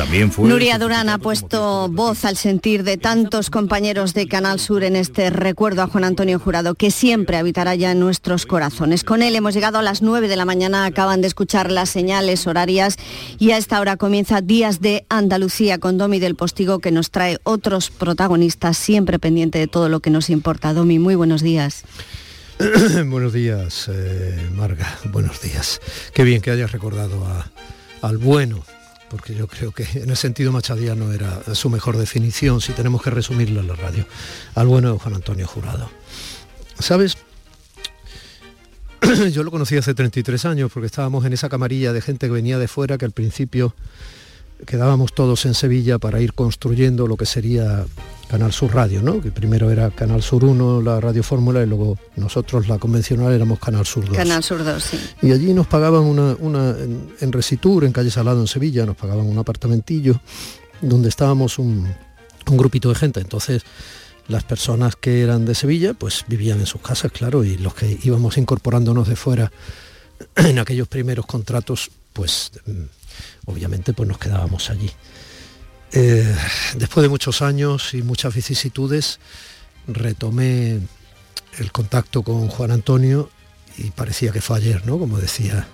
También fue... Nuria Durán ha puesto voz al sentir de tantos compañeros de Canal Sur en este recuerdo a Juan Antonio Jurado, que siempre habitará ya en nuestros corazones. Con él hemos llegado a las 9 de la mañana, acaban de escuchar las señales horarias y a esta hora comienza Días de Andalucía con Domi del Postigo, que nos trae otros protagonistas, siempre pendiente de todo lo que nos importa. Domi, muy buenos días. Buenos días, Marga, buenos días. Qué bien que hayas recordado al bueno, porque yo creo que en el sentido machadiano era su mejor definición, si tenemos que resumirlo en la radio, al bueno de Juan Antonio Jurado. ¿Sabes? Yo lo conocí hace 33 años porque estábamos en esa camarilla de gente que venía de fuera, que al principio quedábamos todos en Sevilla para ir construyendo lo que sería Canal Sur Radio, ¿no? Que primero era Canal Sur 1, la Radio Fórmula, y luego nosotros, la convencional, éramos Canal Sur 2. Canal Sur 2, sí. Y allí nos pagaban en Resitur, en Calle Salado, en Sevilla, nos pagaban un apartamentillo donde estábamos un grupito de gente. Entonces, las personas que eran de Sevilla, pues vivían en sus casas, claro, y los que íbamos incorporándonos de fuera en aquellos primeros contratos, pues obviamente pues nos quedábamos allí. Después de muchos años y muchas vicisitudes, retomé el contacto con Juan Antonio y parecía que fue ayer, ¿no? Como decía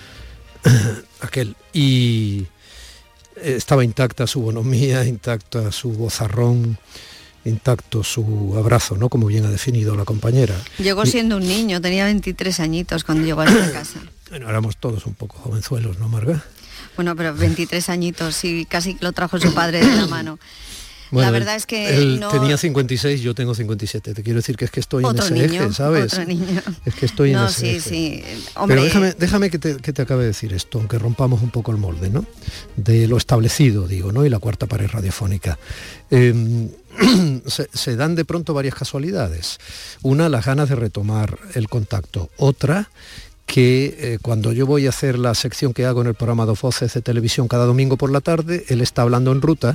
aquel. Y estaba intacta su bonomía, intacta su vozarrón, intacto su abrazo, ¿no? Como bien ha definido la compañera. Llegó siendo un niño, tenía 23 añitos cuando llegó a esta casa. Bueno, éramos todos un poco jovenzuelos, ¿no, Marga? Bueno, pero 23 añitos y casi lo trajo su padre de la mano. Bueno, la verdad es que él no... tenía 56, yo tengo 57. Te quiero decir que es que estoy otro en ese niño, eje, ¿sabes? Otro niño. Es que estoy en ese eje. Sí. Hombre... Pero déjame que te acabe de decir esto, aunque rompamos un poco el molde, ¿no? De lo establecido, digo, ¿no? Y la cuarta pared radiofónica. Se dan de pronto varias casualidades. Una, las ganas de retomar el contacto. Otra, que cuando yo voy a hacer la sección que hago en el programa Dos Voces de televisión cada domingo por la tarde, él estaba hablando en ruta,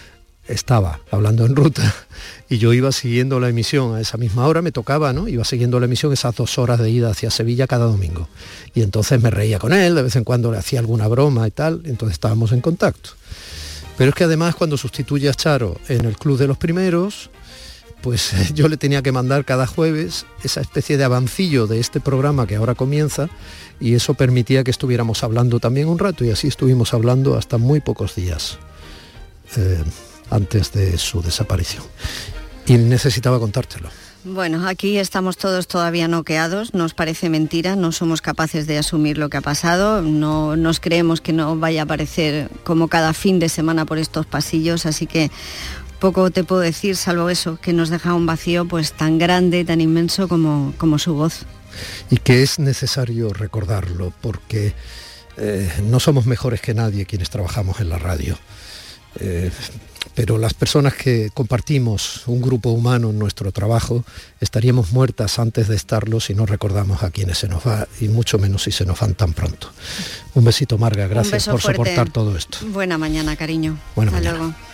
y yo iba siguiendo la emisión a esa misma hora, me tocaba, ¿no? Iba siguiendo la emisión esas 2 horas de ida hacia Sevilla cada domingo. Y entonces me reía con él, de vez en cuando le hacía alguna broma y tal, entonces estábamos en contacto. Pero es que además cuando sustituye a Charo en el Club de los Primeros, pues yo le tenía que mandar cada jueves esa especie de avancillo de este programa que ahora comienza, y eso permitía que estuviéramos hablando también un rato, y así estuvimos hablando hasta muy pocos días antes de su desaparición. Y necesitaba contártelo. Bueno, aquí estamos todos todavía noqueados, nos parece mentira, no somos capaces de asumir lo que ha pasado, no nos creemos que no vaya a aparecer como cada fin de semana por estos pasillos, así que poco te puedo decir, salvo eso, que nos deja un vacío pues tan grande, tan inmenso como su voz. Y que es necesario recordarlo, porque no somos mejores que nadie quienes trabajamos en la radio. Pero las personas que compartimos un grupo humano en nuestro trabajo estaríamos muertas antes de estarlo si no recordamos a quienes se nos va, y mucho menos si se nos van tan pronto. Un besito, Marga, gracias por fuerte. soportar todo esto. Buena mañana, cariño. Buena Hasta mañana. luego.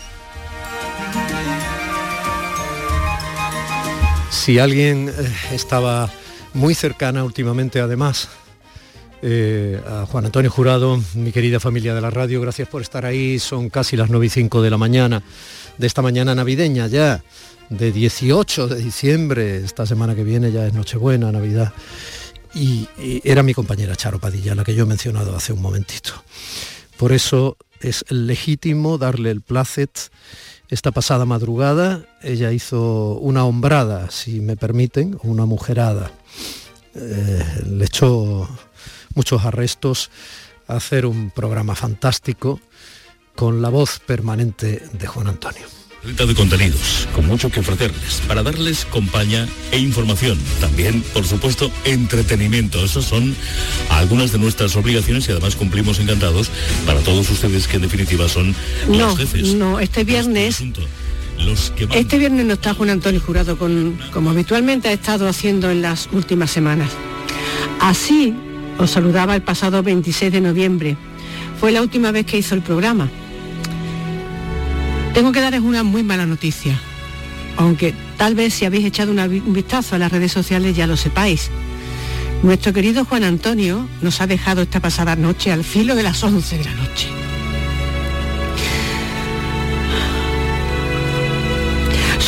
Si alguien estaba muy cercana últimamente, además, a Juan Antonio Jurado, mi querida familia de la radio, gracias por estar ahí. Son casi las 9:05 de la mañana, de esta mañana navideña ya, de 18 de diciembre, esta semana que viene ya es Nochebuena, Navidad, y era mi compañera Charo Padilla, la que yo he mencionado hace un momentito. Por eso es legítimo darle el plácet. Esta pasada madrugada ella hizo una hombrada, si me permiten, una mujerada. Le echó muchos arrestos a hacer un programa fantástico con la voz permanente de Juan Antonio. Rita de contenidos, con mucho que ofrecerles, para darles compañía e información. También, por supuesto, entretenimiento. Esas son algunas de nuestras obligaciones y además cumplimos encantados para todos ustedes que en definitiva son los jefes. No, este viernes no está Juan Antonio Jurado como habitualmente ha estado haciendo en las últimas semanas. Así os saludaba el pasado 26 de noviembre. Fue la última vez que hizo el programa. Tengo que darles una muy mala noticia, aunque tal vez si habéis echado un vistazo a las redes sociales ya lo sepáis. Nuestro querido Juan Antonio nos ha dejado esta pasada noche al filo de las 11 de la noche.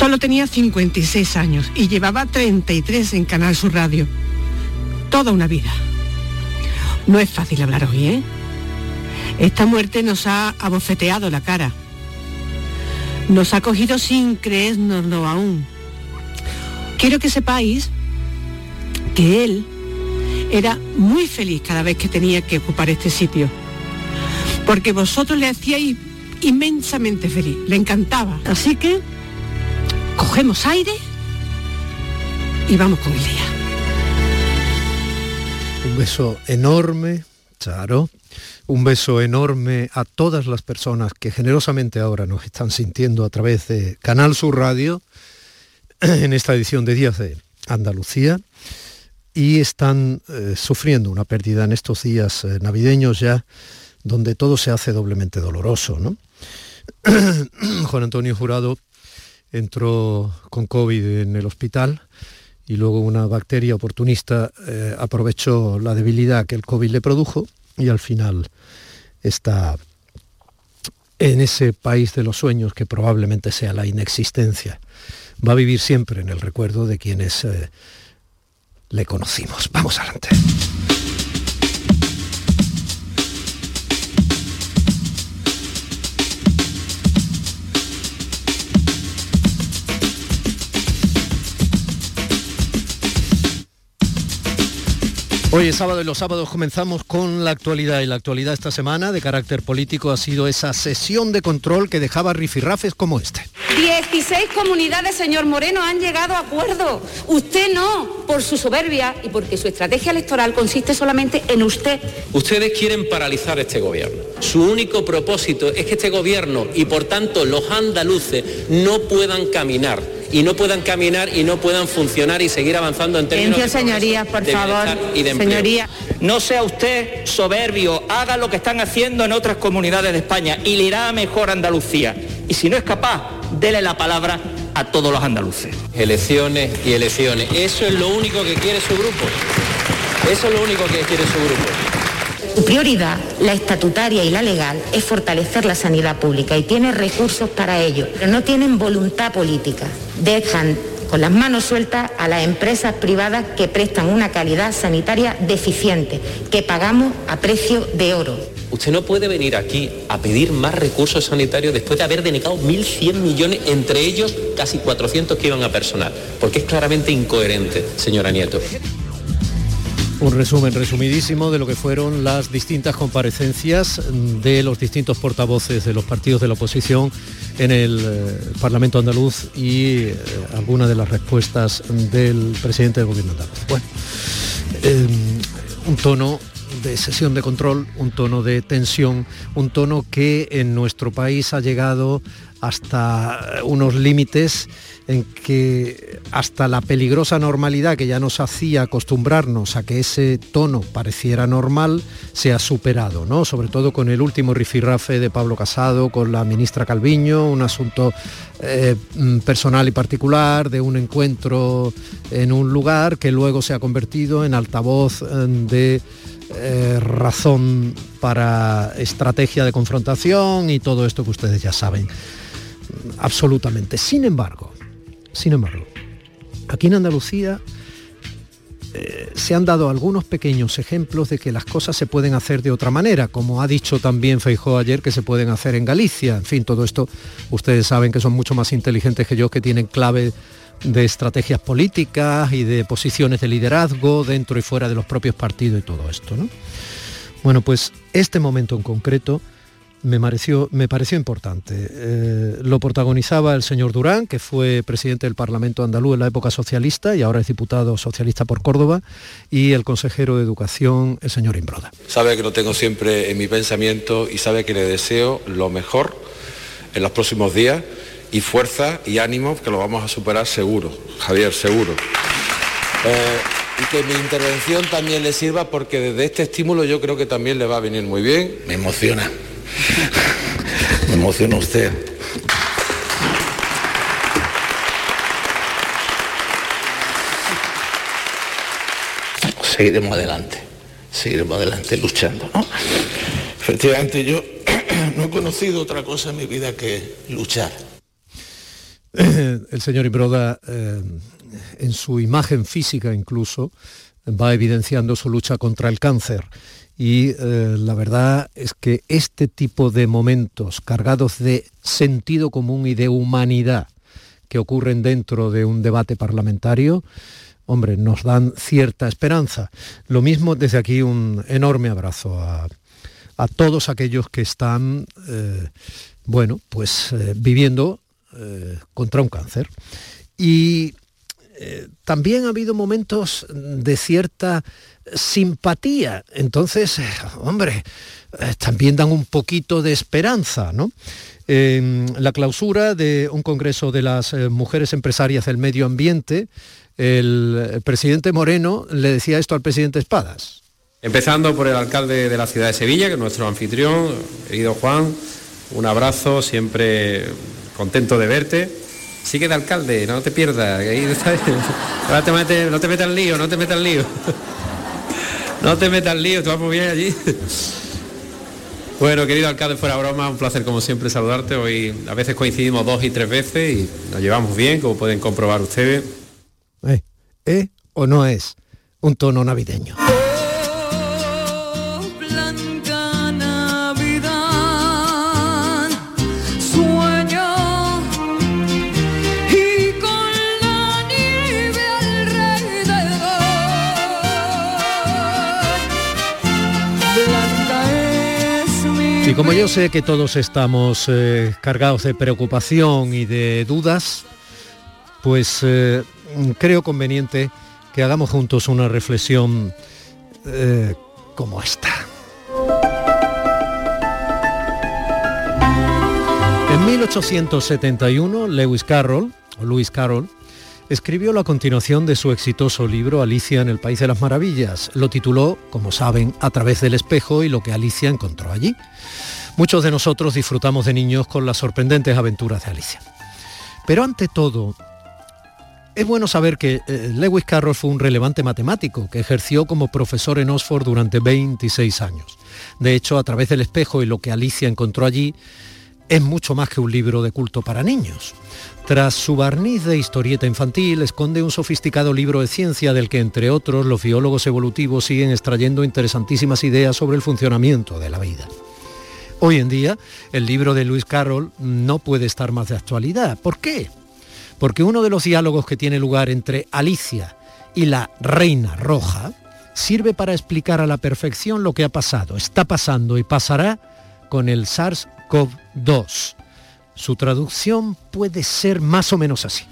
Solo tenía 56 años y llevaba 33 en Canal Sur Radio. Toda una vida. No es fácil hablar hoy, ¿eh? Esta muerte nos ha abofeteado la cara. Nos ha cogido sin creérnoslo aún. Quiero que sepáis que él era muy feliz cada vez que tenía que ocupar este sitio, porque vosotros le hacíais inmensamente feliz, le encantaba. Así que cogemos aire y vamos con el día. Un beso enorme, Charo. Un beso enorme a todas las personas que generosamente ahora nos están sintiendo a través de Canal Sur Radio en esta edición de Días de Andalucía y están sufriendo una pérdida en estos días navideños ya, donde todo se hace doblemente doloroso, ¿no? Juan Antonio Jurado entró con COVID en el hospital y luego una bacteria oportunista aprovechó la debilidad que el COVID le produjo y al final está en ese país de los sueños que probablemente sea la inexistencia. Va a vivir siempre en el recuerdo de quienes le conocimos. Vamos adelante. Hoy es sábado y los sábados comenzamos con la actualidad y la actualidad esta semana de carácter político ha sido esa sesión de control que dejaba rifirrafes como este. 16 comunidades, señor Moreno, han llegado a acuerdo. Usted no, por su soberbia y porque su estrategia electoral consiste solamente en usted. Ustedes quieren paralizar este gobierno. Su único propósito es que este gobierno y por tanto los andaluces no puedan caminar. Y no puedan caminar y no puedan funcionar y seguir avanzando en términos de señorías, por favor, y de empleo. Señoría. No sea usted soberbio, haga lo que están haciendo en otras comunidades de España y le irá mejor a Andalucía. Y si no es capaz, dele la palabra a todos los andaluces. Elecciones y elecciones. Eso es lo único que quiere su grupo. Eso es lo único que quiere su grupo. Su prioridad, la estatutaria y la legal, es fortalecer la sanidad pública y tiene recursos para ello, pero no tienen voluntad política. Dejan con las manos sueltas a las empresas privadas que prestan una calidad sanitaria deficiente, que pagamos a precio de oro. Usted no puede venir aquí a pedir más recursos sanitarios después de haber denegado 1.100 millones, entre ellos casi 400 que iban a personal, porque es claramente incoherente, señora Nieto. Un resumen resumidísimo de lo que fueron las distintas comparecencias de los distintos portavoces de los partidos de la oposición en el Parlamento andaluz y algunas de las respuestas del presidente del gobierno andaluz. Bueno, un tono de sesión de control, un tono de tensión, un tono que en nuestro país ha llegado hasta unos límites en que hasta la peligrosa normalidad que ya nos hacía acostumbrarnos a que ese tono pareciera normal se ha superado, ¿no? Sobre todo con el último rifirrafe de Pablo Casado con la ministra Calviño, un asunto personal y particular de un encuentro en un lugar que luego se ha convertido en altavoz de razón para estrategia de confrontación y todo esto que ustedes ya saben absolutamente. Sin embargo, aquí en Andalucía se han dado algunos pequeños ejemplos de que las cosas se pueden hacer de otra manera, como ha dicho también Feijóo ayer que se pueden hacer en Galicia. En fin, todo esto ustedes saben que son mucho más inteligentes que yo, que tienen clave de estrategias políticas y de posiciones de liderazgo dentro y fuera de los propios partidos y todo esto, ¿no? Bueno, pues este momento en concreto me pareció importante. Lo protagonizaba el señor Durán, que fue presidente del Parlamento andaluz en la época socialista y ahora es diputado socialista por Córdoba, y el consejero de Educación, el señor Imbroda. Sabe que lo tengo siempre en mi pensamiento y sabe que le deseo lo mejor en los próximos días y fuerza y ánimo, que lo vamos a superar seguro, Javier, seguro. Y que mi intervención también le sirva, porque desde este estímulo yo creo que también le va a venir muy bien. Me emociona. Me emociona usted. Seguiremos adelante luchando, ¿no? Efectivamente, yo no he conocido otra cosa en mi vida que luchar. El señor Imbroda, en su imagen física incluso, va evidenciando su lucha contra el cáncer. Y la verdad es que este tipo de momentos cargados de sentido común y de humanidad que ocurren dentro de un debate parlamentario, hombre, nos dan cierta esperanza. Lo mismo desde aquí, un enorme abrazo a todos aquellos que están, viviendo contra un cáncer. Y también ha habido momentos de cierta simpatía, entonces, también dan un poquito de esperanza, ¿no? La clausura de un congreso de las mujeres empresarias del medio ambiente, el presidente Moreno le decía esto al presidente Espadas. Empezando por el alcalde de la ciudad de Sevilla, que es nuestro anfitrión, querido Juan, un abrazo, siempre contento de verte. Sigue de alcalde, no te pierdas. Ahora no te metas en lío. No te metas en lío, tú vas muy bien allí. Bueno, querido alcalde, fuera broma, un placer como siempre saludarte. Hoy a veces coincidimos 2 y 3 veces y nos llevamos bien, como pueden comprobar ustedes. ¿O no es un tono navideño? Y como yo sé que todos estamos cargados de preocupación y de dudas, pues creo conveniente que hagamos juntos una reflexión como esta. En 1871, Lewis Carroll escribió la continuación de su exitoso libro Alicia en el País de las Maravillas. Lo tituló, como saben, A través del espejo y lo que Alicia encontró allí. Muchos de nosotros disfrutamos de niños con las sorprendentes aventuras de Alicia. Pero ante todo, es bueno saber que Lewis Carroll fue un relevante matemático que ejerció como profesor en Oxford durante 26 años. De hecho, A través del espejo y lo que Alicia encontró allí es mucho más que un libro de culto para niños. Tras su barniz de historieta infantil, esconde un sofisticado libro de ciencia del que, entre otros, los biólogos evolutivos siguen extrayendo interesantísimas ideas sobre el funcionamiento de la vida. Hoy en día, el libro de Lewis Carroll no puede estar más de actualidad. ¿Por qué? Porque uno de los diálogos que tiene lugar entre Alicia y la Reina Roja sirve para explicar a la perfección lo que ha pasado, está pasando y pasará con el SARS-CoV-2. Su traducción puede ser más o menos así.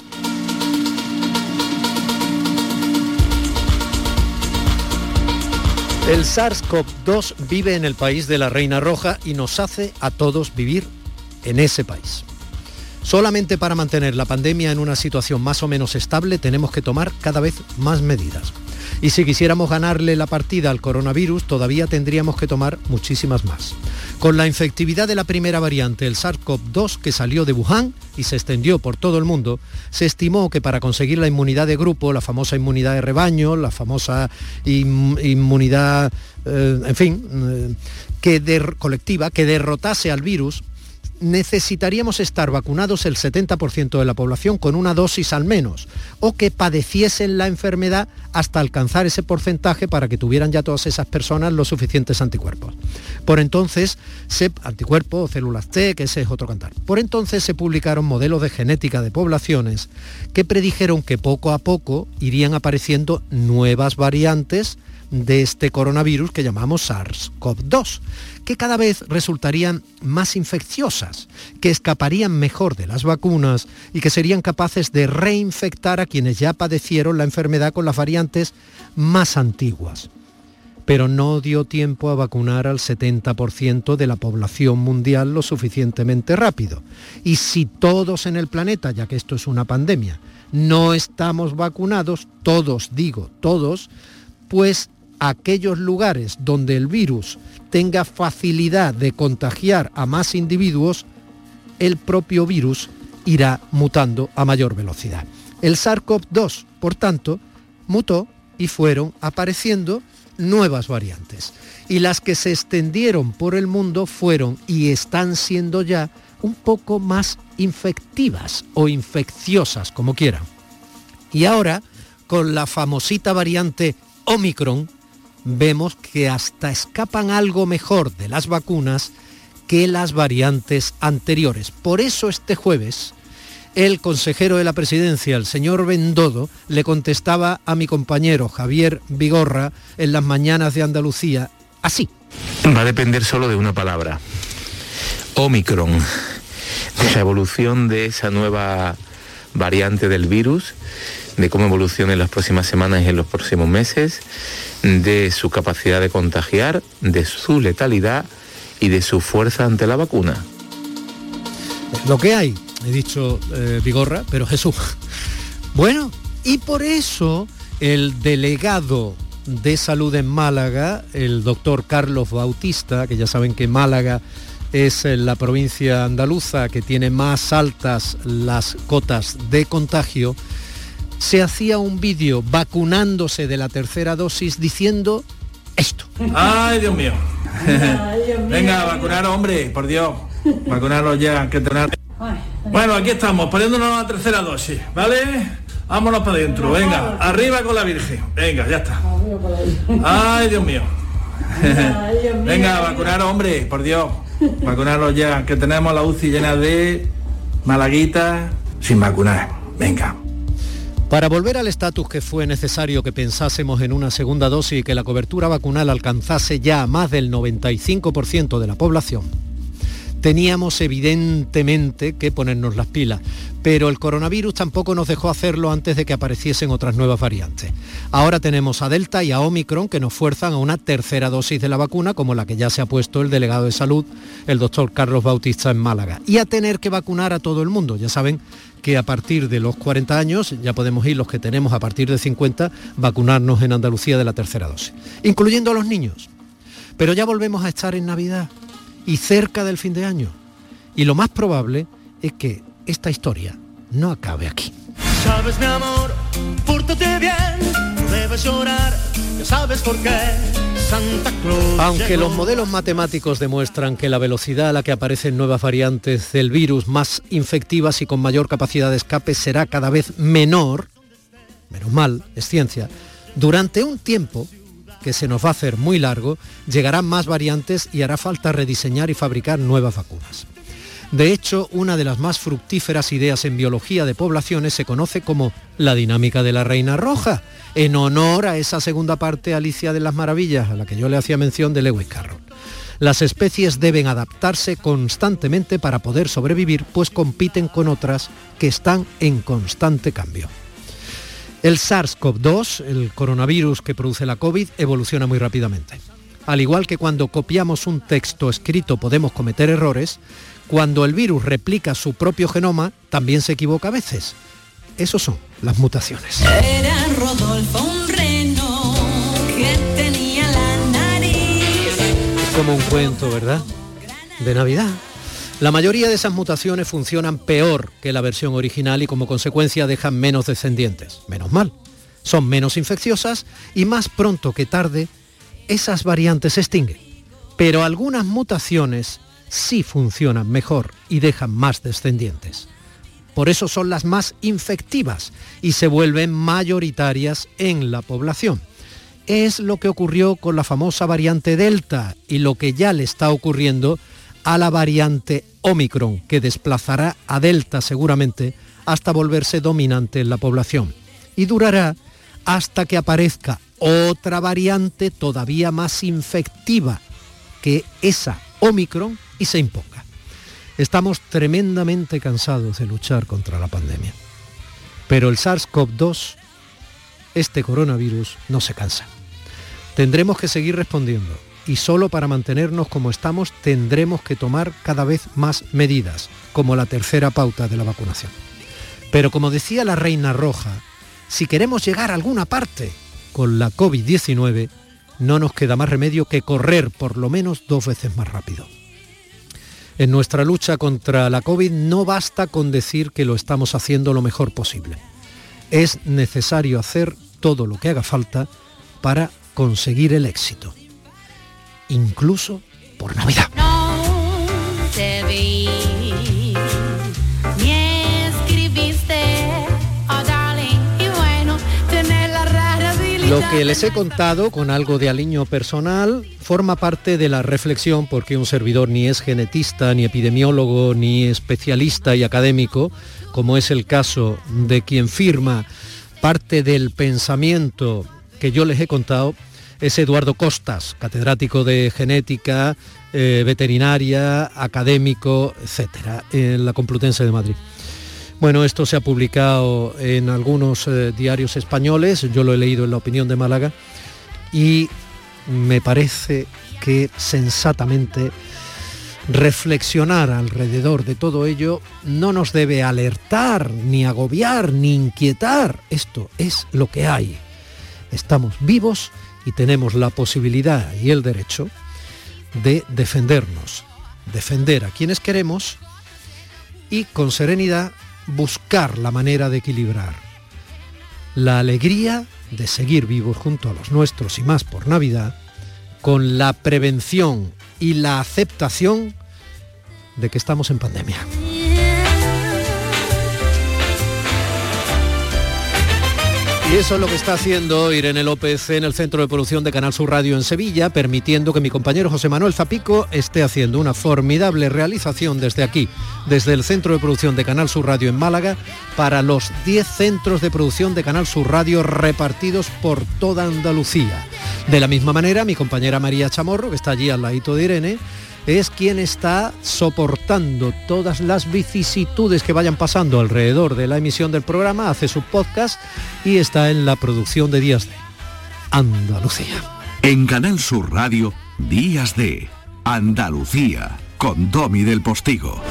El SARS-CoV-2 vive en el país de la Reina Roja y nos hace a todos vivir en ese país. Solamente para mantener la pandemia en una situación más o menos estable tenemos que tomar cada vez más medidas. Y si quisiéramos ganarle la partida al coronavirus, todavía tendríamos que tomar muchísimas más. Con la infectividad de la primera variante, el SARS-CoV-2, que salió de Wuhan y se extendió por todo el mundo, se estimó que para conseguir la inmunidad de grupo, la famosa inmunidad de rebaño, la famosa inmunidad, colectiva, que derrotase al virus, necesitaríamos estar vacunados el 70% de la población con una dosis al menos, o que padeciesen la enfermedad hasta alcanzar ese porcentaje para que tuvieran ya todas esas personas los suficientes anticuerpos. Por entonces, anticuerpos, células T, que ese es otro cantar. Por entonces se publicaron modelos de genética de poblaciones que predijeron que poco a poco irían apareciendo nuevas variantes de este coronavirus que llamamos SARS-CoV-2, que cada vez resultarían más infecciosas, que escaparían mejor de las vacunas y que serían capaces de reinfectar a quienes ya padecieron la enfermedad con las variantes más antiguas. Pero no dio tiempo a vacunar al 70% de la población mundial lo suficientemente rápido. Y si todos en el planeta, ya que esto es una pandemia, no estamos vacunados, todos, pues aquellos lugares donde el virus tenga facilidad de contagiar a más individuos, el propio virus irá mutando a mayor velocidad. El SARS-CoV-2, por tanto, mutó y fueron apareciendo nuevas variantes. Y las que se extendieron por el mundo fueron y están siendo ya un poco más infectivas o infecciosas, como quieran. Y ahora, con la famosita variante Omicron, vemos que hasta escapan algo mejor de las vacunas que las variantes anteriores. Por eso este jueves, el consejero de la Presidencia, el señor Bendodo, le contestaba a mi compañero Javier Vigorra en las mañanas de Andalucía así. Va a depender solo de una palabra: Omicron, de la evolución de esa nueva variante del virus, de cómo evoluciona en las próximas semanas y en los próximos meses, de su capacidad de contagiar, de su letalidad y de su fuerza ante la vacuna. Lo que hay, he dicho Vigorra, pero Jesús. Bueno, y por eso el delegado de salud en Málaga, el doctor Carlos Bautista, que ya saben que Málaga es la provincia andaluza que tiene más altas las cotas de contagio, se hacía un vídeo vacunándose de la tercera dosis diciendo esto. ¡Ay, Dios mío! Venga, vacunaros, hombre, por Dios. Vacunaros ya, que tener... Bueno, aquí estamos, poniéndonos la tercera dosis, ¿vale? Vámonos para adentro, venga, arriba con la Virgen. Venga, ya está. ¡Ay, Dios mío! Venga, vacunaros, hombre, por Dios. Vacunaros ya, que tenemos la UCI llena de malaguitas sin vacunar. Venga. Para volver al estatus que fue necesario que pensásemos en una segunda dosis y que la cobertura vacunal alcanzase ya a más del 95% de la población, teníamos evidentemente que ponernos las pilas, pero el coronavirus tampoco nos dejó hacerlo antes de que apareciesen otras nuevas variantes. Ahora tenemos a Delta y a Omicron que nos fuerzan a una tercera dosis de la vacuna, como la que ya se ha puesto el delegado de salud, el doctor Carlos Bautista en Málaga, y a tener que vacunar a todo el mundo. Ya saben que a partir de los 40 años, ya podemos ir los que tenemos a partir de 50, vacunarnos en Andalucía de la tercera dosis, incluyendo a los niños. Pero ya volvemos a estar en Navidad y cerca del fin de año. Y lo más probable es que esta historia no acabe aquí. Sabes, mi amor, pórtate bien, no debes llorar, ya sabes por qué. Santa Claus Aunque llegó. los modelos matemáticos demuestran que la velocidad a la que aparecen nuevas variantes del virus más infectivas y con mayor capacidad de escape será cada vez menor, menos mal, es ciencia, durante un tiempo que se nos va a hacer muy largo, llegarán más variantes y hará falta rediseñar y fabricar nuevas vacunas. De hecho, una de las más fructíferas ideas en biología de poblaciones se conoce como la dinámica de la reina roja, en honor a esa segunda parte Alicia de las Maravillas, a la que yo le hacía mención de Lewis Carroll. Las especies deben adaptarse constantemente para poder sobrevivir, pues compiten con otras que están en constante cambio. El SARS-CoV-2, el coronavirus que produce la COVID, evoluciona muy rápidamente. Al igual que cuando copiamos un texto escrito podemos cometer errores, cuando el virus replica su propio genoma, también se equivoca a veces. Esos son las mutaciones. Era Rodolfo un reno que tenía la nariz. Es como un cuento, ¿verdad? De Navidad. La mayoría de esas mutaciones funcionan peor que la versión original y como consecuencia dejan menos descendientes. Menos mal. Son menos infecciosas y más pronto que tarde esas variantes se extinguen. Pero algunas mutaciones sí funcionan mejor y dejan más descendientes. Por eso son las más infectivas y se vuelven mayoritarias en la población. Es lo que ocurrió con la famosa variante Delta y lo que ya le está ocurriendo a la variante Omicron, que desplazará a Delta seguramente hasta volverse dominante en la población. Y durará hasta que aparezca otra variante todavía más infectiva que esa Omicron y se imponga. Estamos tremendamente cansados de luchar contra la pandemia. Pero el SARS-CoV-2, este coronavirus, no se cansa. Tendremos que seguir respondiendo y solo para mantenernos como estamos tendremos que tomar cada vez más medidas, como la tercera pauta de la vacunación. Pero como decía la Reina Roja, si queremos llegar a alguna parte con la COVID-19, no nos queda más remedio que correr por lo menos 2 veces más rápido. En nuestra lucha contra la COVID no basta con decir que lo estamos haciendo lo mejor posible. Es necesario hacer todo lo que haga falta para conseguir el éxito, incluso por Navidad. No te vi Lo que les he contado, con algo de aliño personal, forma parte de la reflexión, porque un servidor ni es genetista, ni epidemiólogo, ni especialista y académico, como es el caso de quien firma parte del pensamiento que yo les he contado, es Eduardo Costas, catedrático de genética, veterinaria, académico, etcétera, en la Complutense de Madrid. Bueno, esto se ha publicado en algunos diarios españoles, yo lo he leído en La Opinión de Málaga, y me parece que sensatamente reflexionar alrededor de todo ello no nos debe alertar, ni agobiar, ni inquietar. Esto es lo que hay. Estamos vivos y tenemos la posibilidad y el derecho de defendernos, defender a quienes queremos y con serenidad buscar la manera de equilibrar la alegría de seguir vivos junto a los nuestros y más por Navidad, con la prevención y la aceptación de que estamos en pandemia. Y eso es lo que está haciendo Irene López en el Centro de Producción de Canal Sur Radio en Sevilla, permitiendo que mi compañero José Manuel Zapico esté haciendo una formidable realización desde aquí, desde el Centro de Producción de Canal Sur Radio en Málaga, para los 10 centros de producción de Canal Sur Radio repartidos por toda Andalucía. De la misma manera, mi compañera María Chamorro, que está allí al ladito de Irene, es quien está soportando todas las vicisitudes que vayan pasando alrededor de la emisión del programa, hace su podcast y está en la producción de Días de Andalucía. En Canal Sur Radio, Días de Andalucía, con Domi del Postigo.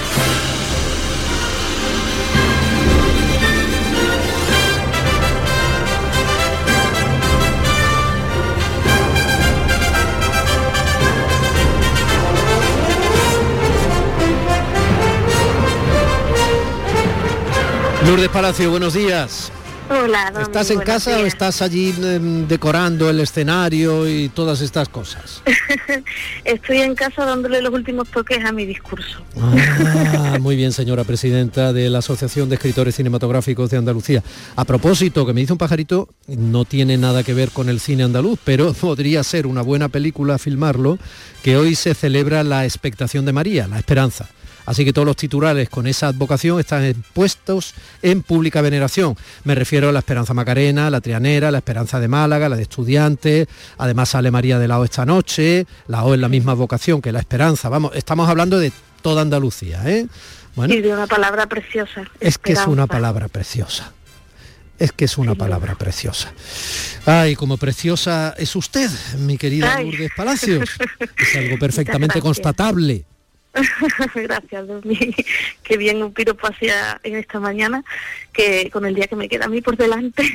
Lourdes Palacio, buenos días. Hola, Domi, ¿estás en casa días. O estás allí decorando el escenario y todas estas cosas? Estoy en casa dándole los últimos toques a mi discurso. Muy bien, señora presidenta de la Asociación de Escritores Cinematográficos de Andalucía. A propósito, que me dice un pajarito, no tiene nada que ver con el cine andaluz, pero podría ser una buena película filmarlo, que hoy se celebra la expectación de María, la esperanza. Así que todos los titulares con esa advocación están puestos en pública veneración. Me refiero a la Esperanza Macarena, la Trianera, la Esperanza de Málaga, la de Estudiantes. Además sale María de la O esta noche. La O es la misma vocación que la Esperanza. Vamos, estamos hablando de toda Andalucía, ¿eh? Bueno, y de una palabra preciosa. Es que es una palabra preciosa. Es que es una palabra preciosa. Ay, como preciosa es usted, mi querida Lourdes Palacios. Es algo perfectamente constatable. Gracias, Domi. Qué bien un piropo hacia en esta mañana, que con el día que me queda a mí por delante.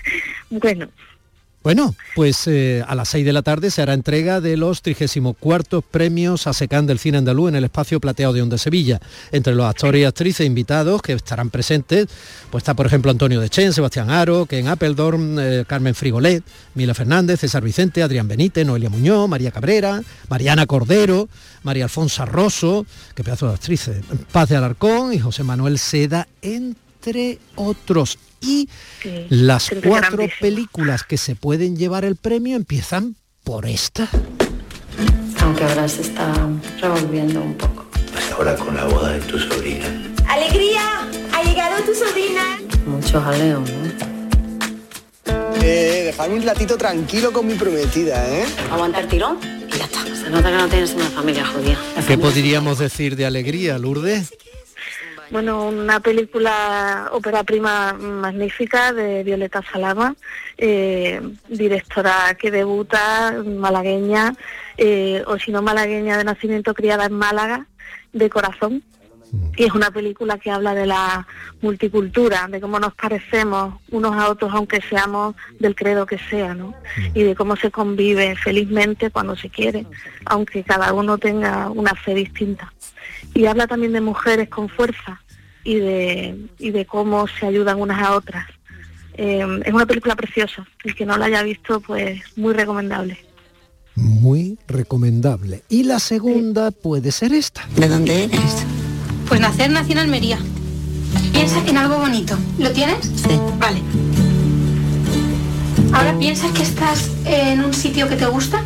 Bueno, pues a las 6 de la tarde se hará entrega de los 34 premios ASECAN del cine andaluz en el espacio Plateado de Onda Sevilla. Entre los actores y actrices invitados que estarán presentes, pues está por ejemplo Antonio Dechen, Sebastián Haro, Ken Appledorn, Carmen Frigolet, Mila Fernández, César Vicente, Adrián Benítez, Noelia Muñoz, María Cabrera, Mariana Cordero, María Alfonsa Rosso, qué pedazo de actrices, Paz de Alarcón y José Manuel Seda, entre otros. Y sí, las 4 películas que se pueden llevar el premio empiezan por esta. Aunque ahora se está revolviendo un poco. Hasta ahora con la boda de tu sobrina. ¡Alegría! ¡Ha llegado tu sobrina! Mucho jaleo, ¿no? Dejarme un ratito tranquilo con mi prometida, ¿eh? Aguanta el tirón y ya está. Se nota que no tienes una familia judía. ¿Qué podríamos decir de Alegría, Lourdes? Bueno, una película ópera prima magnífica de Violeta Salama, directora que debuta, malagueña, o si no malagueña de nacimiento, criada en Málaga, de corazón. Y es una película que habla de la multicultura, de cómo nos parecemos unos a otros aunque seamos del credo que sea, ¿no? Y de cómo se convive felizmente cuando se quiere, aunque cada uno tenga una fe distinta. Y habla también de mujeres con fuerza y de cómo se ayudan unas a otras. Es una película preciosa, el que no la haya visto, pues muy recomendable. Muy recomendable. Y la segunda puede ser esta. ¿De dónde eres? Pues nací en Almería. Piensa en algo bonito. ¿Lo tienes? Sí. Vale. ¿Ahora piensas que estás en un sitio que te gusta?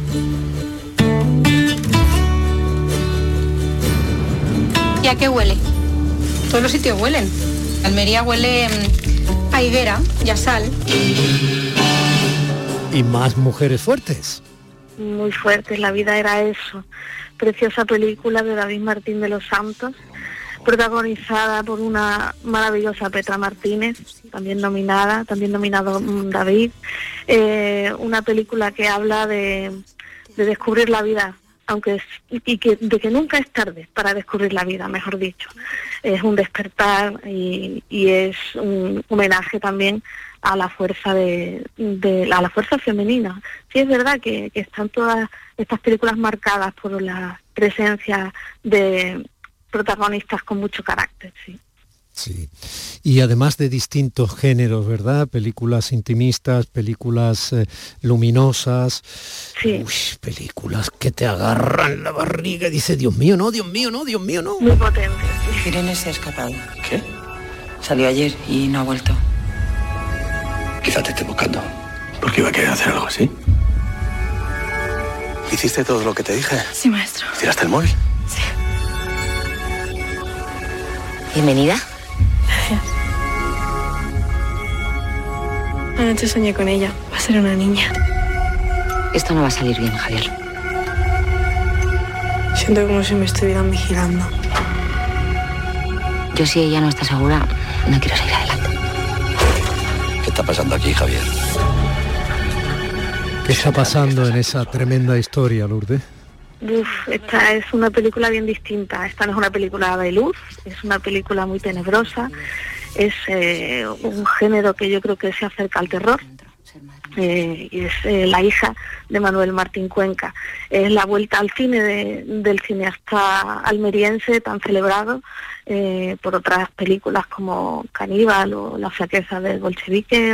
¿Y a qué huele? Todos los sitios huelen. Almería huele a higuera y a sal. Y más mujeres fuertes. Muy fuertes, la vida era eso. Preciosa película de David Martín de los Santos, protagonizada por una maravillosa Petra Martínez, también nominado David. Una película que habla de descubrir la vida, de que nunca es tarde para descubrir la vida, mejor dicho. Es un despertar y es un homenaje también a la fuerza a la fuerza femenina. Sí, es verdad que están todas estas películas marcadas por la presencia de protagonistas con mucho carácter, sí. Sí, y además de distintos géneros, ¿verdad? Películas intimistas, películas luminosas, sí. Películas que te agarran la barriga y dices, Dios mío, no, Dios mío, no, Dios mío, no. Muy potente. Irene se ha escapado. ¿Qué? Salió ayer y no ha vuelto. Quizá te esté buscando, porque iba a querer hacer algo así. ¿Hiciste todo lo que te dije? Sí, maestro. ¿Tiraste el móvil? Sí. Bienvenida. Gracias. Anoche soñé con ella. Va a ser una niña. Esto no va a salir bien, Javier. Siento como si me estuvieran vigilando. Yo, si ella no está segura, no quiero seguir adelante. ¿Qué está pasando aquí, Javier? ¿Qué está pasando en esa tremenda historia, Lourdes? Esta es una película bien distinta. Esta no es una película de luz, es una película muy tenebrosa. Es un género que yo creo que se acerca al terror. Y es La hija de Manuel Martín Cuenca. Es la vuelta al cine del cineasta almeriense tan celebrado por otras películas como Caníbal o La flaqueza del bolchevique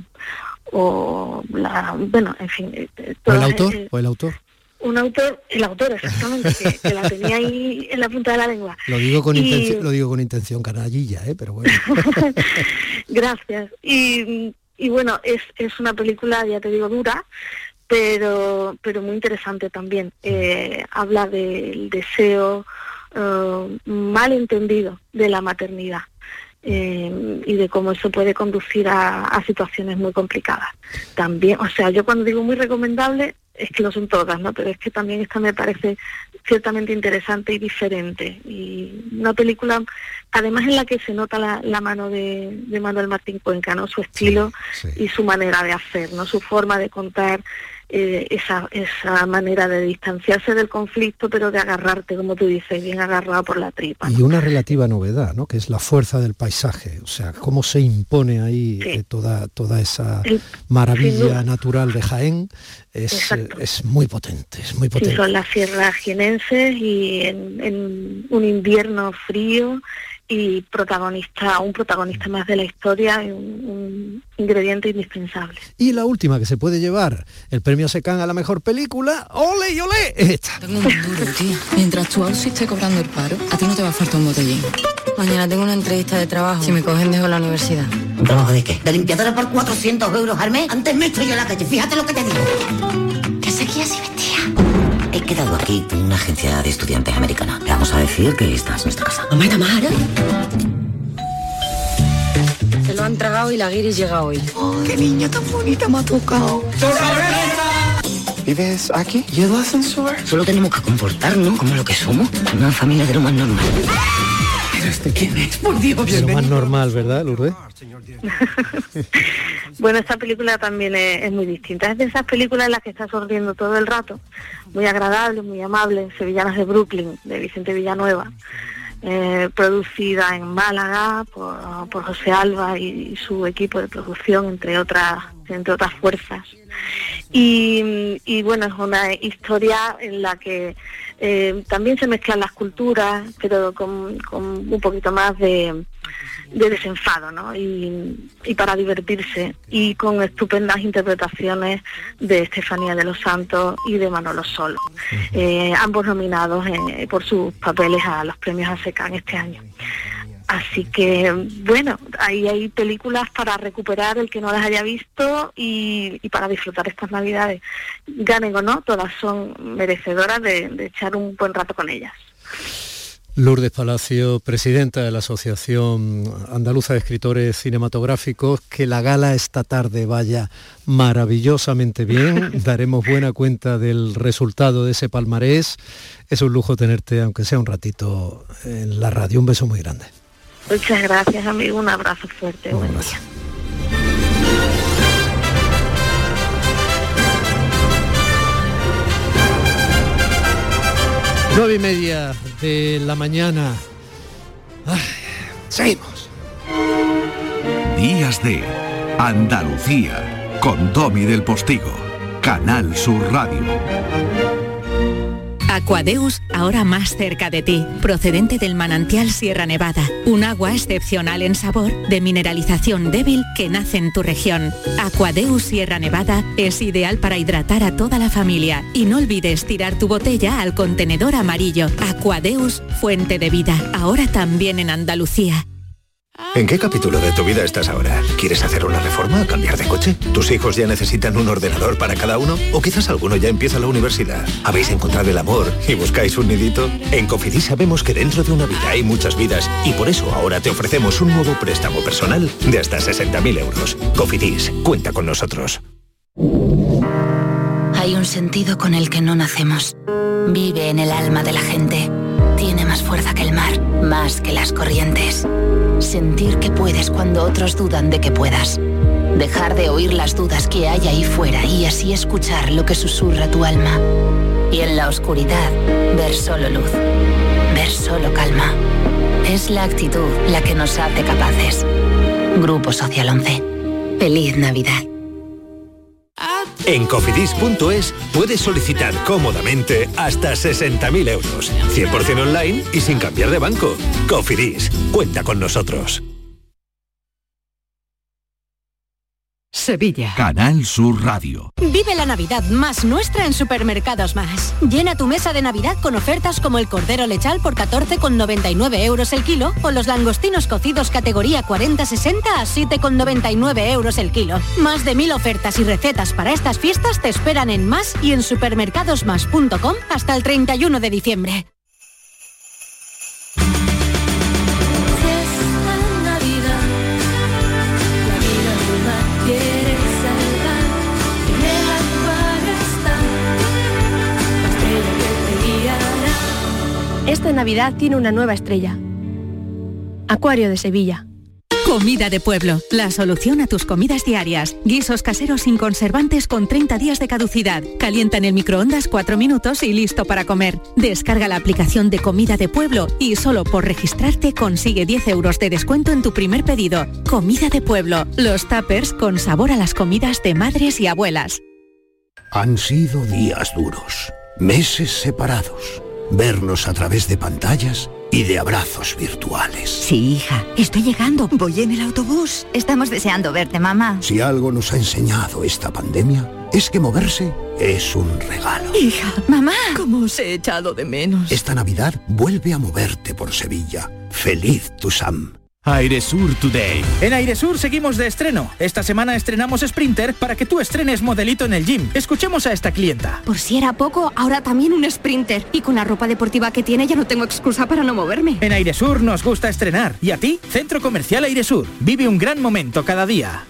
en fin. ¿O el autor? El autor exactamente, que la tenía ahí en la punta de la lengua. Lo digo con intención canallilla, pero bueno. Gracias. Y bueno, es una película, ya te digo, dura, pero muy interesante también. Habla del deseo mal entendido de la maternidad. Y de cómo eso puede conducir a situaciones muy complicadas. También, o sea, yo cuando digo muy recomendable, es que no son todas, ¿no? Pero es que también esta me parece ciertamente interesante y diferente. Y una película, además en la que se nota la mano de Manuel Martín Cuenca, ¿no? Su estilo y su manera de hacer, ¿no? Su forma de contar, esa manera de distanciarse del conflicto, pero de agarrarte, como tú dices, bien agarrado por la tripa, ¿no? Y una relativa novedad, ¿no? Que es la fuerza del paisaje, o sea, cómo se impone ahí toda esa maravilla natural de Jaén, es muy potente, es muy potente. Sí, son las sierras jienenses y en un invierno frío, y un protagonista más de la historia, un ingrediente indispensable. Y la última que se puede llevar el premio Secán a la mejor película, ¡ole y ole! Esta. Tengo un duro, tío. Mientras tu Aussie esté cobrando el paro, a ti no te va a faltar un botellín. Mañana tengo una entrevista de trabajo. Si me cogen, dejo la universidad. ¿Un trabajo de qué? ¿De limpiadora por 400 euros al mes? Antes me estoy yo en la calle, fíjate lo que te digo. ¿Qué seguías y vestía? He quedado aquí en una agencia de estudiantes americana. Le vamos a decir que esta es nuestra casa. ¿Mamá Tamara? Se lo han tragado y la guiris llega hoy. Oh, ¡qué niña tan bonita me ha tocado! ¿Vives aquí? ¿Llevo ascensor? Solo tenemos que comportarnos como lo que somos. Una familia de lo más normal. ¿Pero este quién es? Por Dios, de lo más normal, ¿verdad, Lourdes? Bueno, esta película también es muy distinta. Es de esas películas en las que estás sonriendo todo el rato. Muy agradable, muy amable. Sevillanas de Brooklyn, de Vicente Villanueva. Producida en Málaga por José Alba y su equipo de producción, entre otras fuerzas. Y bueno, es una historia en la que también se mezclan las culturas, pero con un poquito más de desenfado, ¿no? Y para divertirse, y con estupendas interpretaciones de Estefanía de los Santos y de Manolo Solo, ambos nominados por sus papeles a los premios ASECAN este año. Así que, bueno, ahí hay películas para recuperar el que no las haya visto y para disfrutar estas Navidades. Ganen o no, todas son merecedoras de echar un buen rato con ellas. Lourdes Palacio, presidenta de la Asociación Andaluza de Escritores Cinematográficos, que la gala esta tarde vaya maravillosamente bien. Daremos buena cuenta del resultado de ese palmarés. Es un lujo tenerte, aunque sea un ratito, en la radio. Un beso muy grande. Muchas gracias, amigo. Un abrazo fuerte. Buen día. 9:30 de la mañana. Ay, seguimos. Días de Andalucía con Domi del Postigo, Canal Sur Radio. Aquadeus, ahora más cerca de ti, procedente del manantial Sierra Nevada, un agua excepcional en sabor, de mineralización débil que nace en tu región. Aquadeus Sierra Nevada es ideal para hidratar a toda la familia y no olvides tirar tu botella al contenedor amarillo. Aquadeus, fuente de vida, ahora también en Andalucía. ¿En qué capítulo de tu vida estás ahora? ¿Quieres hacer una reforma? ¿Cambiar de coche? ¿Tus hijos ya necesitan un ordenador para cada uno? ¿O quizás alguno ya empieza la universidad? ¿Habéis encontrado el amor y buscáis un nidito? En Cofidis sabemos que dentro de una vida hay muchas vidas y por eso ahora te ofrecemos un nuevo préstamo personal de hasta 60.000 euros. Cofidis, cuenta con nosotros. Hay un sentido con el que no nacemos. Vive en el alma de la gente. Tiene más fuerza que el mar, más que las corrientes. Sentir que puedes cuando otros dudan de que puedas. Dejar de oír las dudas que hay ahí fuera y así escuchar lo que susurra tu alma. Y en la oscuridad, ver solo luz, ver solo calma. Es la actitud la que nos hace capaces. Grupo Social 11. Feliz Navidad. En cofidis.es puedes solicitar cómodamente hasta 60.000 euros, 100% online y sin cambiar de banco. Cofidis, cuenta con nosotros. Sevilla. Canal Sur Radio. Vive la Navidad más nuestra en Supermercados Más. Llena tu mesa de Navidad con ofertas como el cordero lechal por 14,99 euros el kilo o los langostinos cocidos categoría 40-60 a 7,99 euros el kilo. Más de 1000 ofertas y recetas para estas fiestas te esperan en Más y en supermercadosmas.com hasta el 31 de diciembre. Esta Navidad tiene una nueva estrella. Acuario de Sevilla. Comida de Pueblo, la solución a tus comidas diarias. Guisos caseros sin conservantes con 30 días de caducidad. Calienta en el microondas 4 minutos y listo para comer. Descarga la aplicación de Comida de Pueblo y solo por registrarte consigue 10 euros de descuento en tu primer pedido. Comida de Pueblo, los tuppers con sabor a las comidas de madres y abuelas. Han sido días duros, meses separados, vernos a través de pantallas y de abrazos virtuales. Sí, hija, estoy llegando. Voy en el autobús. Estamos deseando verte, mamá. Si algo nos ha enseñado esta pandemia, es que moverse es un regalo. Hija, mamá, ¿cómo os he echado de menos? Esta Navidad vuelve a moverte por Sevilla. Feliz Tusam. Airesur Today. En Airesur seguimos de estreno. Esta semana estrenamos Sprinter para que tú estrenes modelito en el gym. Escuchemos a esta clienta. Por si era poco, ahora también un Sprinter. Y con la ropa deportiva que tiene ya no tengo excusa para no moverme. En Airesur nos gusta estrenar. ¿Y a ti? Centro Comercial Airesur. Vive un gran momento cada día.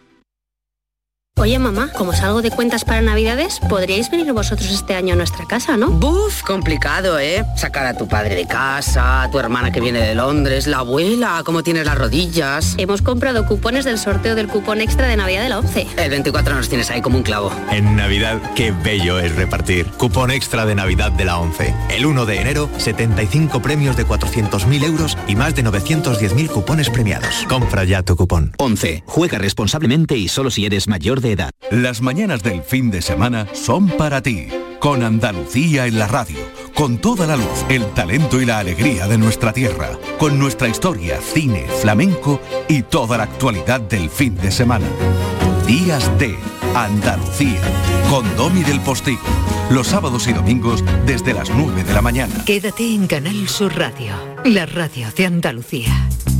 Oye, mamá, como salgo de cuentas para Navidades, podríais venir vosotros este año a nuestra casa, ¿no? Buf, complicado, ¿eh? Sacar a tu padre de casa, a tu hermana que viene de Londres, la abuela, ¿cómo tienes las rodillas? Hemos comprado cupones del sorteo del cupón extra de Navidad de la 11. El 24 nos tienes ahí como un clavo. En Navidad, qué bello es repartir. Cupón extra de Navidad de la 11. El 1 de enero, 75 premios de 400.000 euros y más de 910.000 cupones premiados. Compra ya tu cupón. 11. Juega responsablemente y solo si eres mayor de edad. Las mañanas del fin de semana son para ti, con Andalucía en la radio, con toda la luz, el talento y la alegría de nuestra tierra, con nuestra historia, cine, flamenco y toda la actualidad del fin de semana. Días de Andalucía, con Domi del Postigo, los sábados y domingos desde las 9 de la mañana. Quédate en Canal Sur Radio, la radio de Andalucía.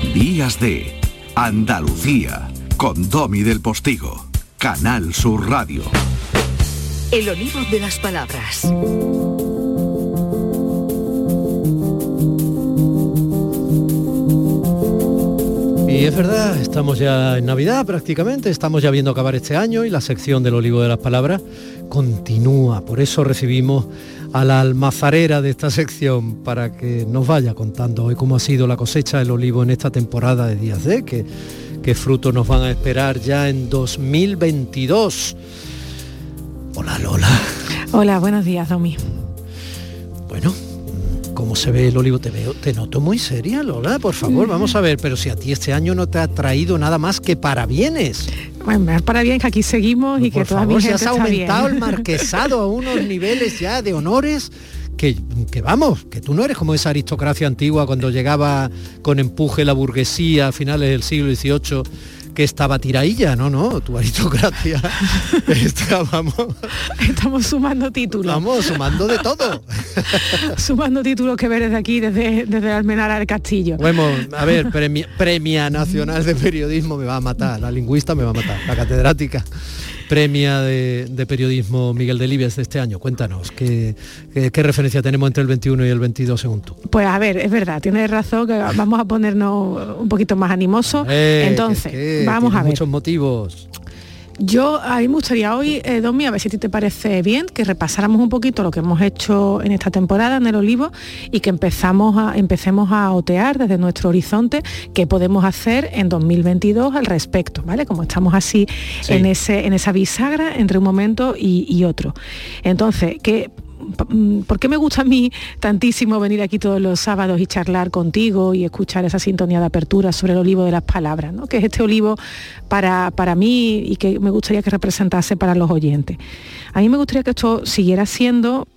Días de Andalucía con Domi del Postigo, Canal Sur Radio. El olivo de las palabras. Y es verdad, estamos ya en Navidad prácticamente, estamos ya viendo acabar este año y la sección del olivo de las palabras continúa. Por eso recibimos a la almazarera de esta sección para que nos vaya contando hoy cómo ha sido la cosecha del olivo en esta temporada de Días de, qué frutos nos van a esperar ya en 2022. Hola Lola. Hola, buenos días, Domi. Bueno, ¿cómo se ve el olivo? Te noto muy seria, Lola, por favor, vamos a ver, pero si a ti este año no te ha traído nada más que parabienes. Bueno, para bien que aquí seguimos y que toda mi gente está bien. Se has aumentado el marquesado a unos niveles ya de honores que vamos, que tú no eres como esa aristocracia antigua cuando llegaba con empuje la burguesía a finales del siglo XVIII, que estaba tirailla, no, tu aristocracia estamos sumando títulos. Vamos, sumando de todo. Sumando títulos que ver desde aquí, desde Almenara al Castillo. Bueno, a ver, Premia Nacional de Periodismo me va a matar, la lingüista me va a matar, la catedrática. Premia de Periodismo Miguel Delibes de este año. Cuéntanos, ¿qué referencia tenemos entre el 21 y el 22 según tú? Pues a ver, es verdad, tienes razón, que vamos a ponernos un poquito más animosos. Entonces, vamos a ver. Muchos motivos. A mí me gustaría hoy, Domi, a ver si a ti te parece bien, que repasáramos un poquito lo que hemos hecho en esta temporada en el olivo y que empecemos a otear desde nuestro horizonte qué podemos hacer en 2022 al respecto, ¿vale? Como estamos así sí, en esa bisagra entre un momento y otro. Entonces, ¿por qué me gusta a mí tantísimo venir aquí todos los sábados y charlar contigo y escuchar esa sintonía de apertura sobre el olivo de las palabras, ¿no? Que es este olivo para mí y que me gustaría que representase para los oyentes? A mí me gustaría que esto siguiera siendo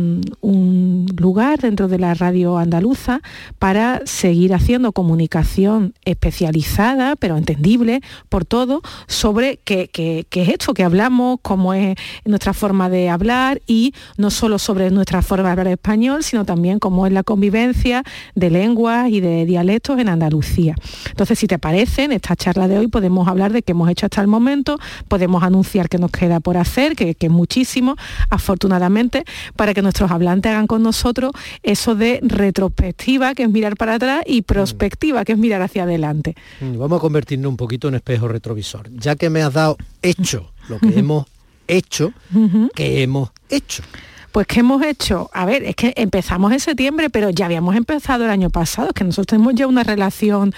un lugar dentro de la radio andaluza para seguir haciendo comunicación especializada, pero entendible por todo, sobre qué es esto que hablamos, cómo es nuestra forma de hablar y no solo sobre nuestra forma de hablar español, sino también cómo es la convivencia de lenguas y de dialectos en Andalucía. Entonces, si te parece, en esta charla de hoy podemos hablar de qué hemos hecho hasta el momento, podemos anunciar que nos queda por hacer, que es muchísimo, afortunadamente, para que nuestros hablantes hagan con nosotros eso de retrospectiva, que es mirar para atrás, y prospectiva, que es mirar hacia adelante. Vamos a convertirnos un poquito en espejo retrovisor. Ya que me has dado hecho lo que hemos hecho, ¿qué hemos hecho? Pues ¿qué hemos hecho? A ver, es que empezamos en septiembre, pero ya habíamos empezado el año pasado, es que nosotros tenemos ya una relación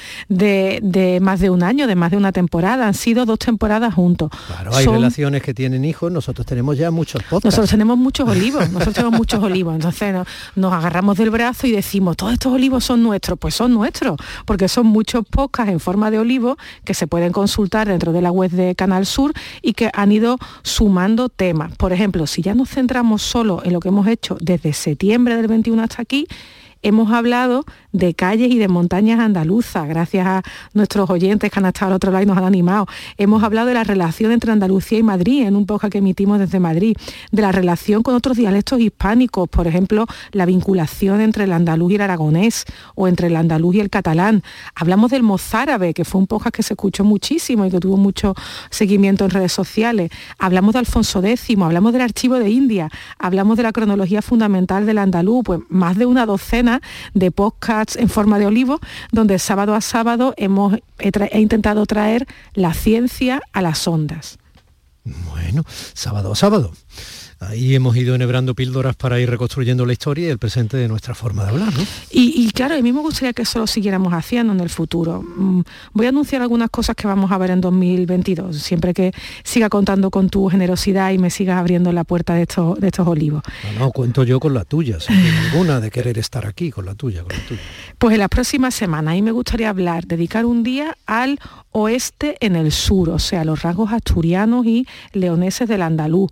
de más de un año, de más de una temporada, han sido 2 temporadas juntos. Claro, hay relaciones que tienen hijos, nosotros tenemos ya muchos podcasts. Nosotros tenemos muchos olivos, entonces nos agarramos del brazo y decimos, todos estos olivos son nuestros, pues son nuestros, porque son muchos podcasts en forma de olivo que se pueden consultar dentro de la web de Canal Sur y que han ido sumando temas. Por ejemplo, si ya nos centramos solo en lo que hemos hecho desde septiembre del 21 hasta aquí, hemos hablado de calles y de montañas andaluzas, gracias a nuestros oyentes que han estado al otro lado y nos han animado. Hemos hablado de la relación entre Andalucía y Madrid, en un podcast que emitimos desde Madrid, de la relación con otros dialectos hispánicos, por ejemplo, la vinculación entre el andaluz y el aragonés, o entre el andaluz y el catalán. Hablamos del mozárabe, que fue un podcast que se escuchó muchísimo y que tuvo mucho seguimiento en redes sociales. Hablamos de Alfonso X, hablamos del archivo de India, hablamos de la cronología fundamental del andaluz, pues más de una docena de podcasts en forma de olivo, donde sábado a sábado he intentado traer la ciencia a las ondas. Bueno, sábado a sábado. Ahí hemos ido enhebrando píldoras para ir reconstruyendo la historia y el presente de nuestra forma de hablar, ¿no? Y claro, a mí me gustaría que eso lo siguiéramos haciendo en el futuro. Voy a anunciar algunas cosas que vamos a ver en 2022, siempre que siga contando con tu generosidad y me sigas abriendo la puerta de estos olivos. No, cuento yo con la tuya, sin ninguna de querer estar aquí, con la tuya. Pues en las próximas semanas, a mí me gustaría dedicar un día al oeste en el sur, o sea, los rasgos asturianos y leoneses del andaluz.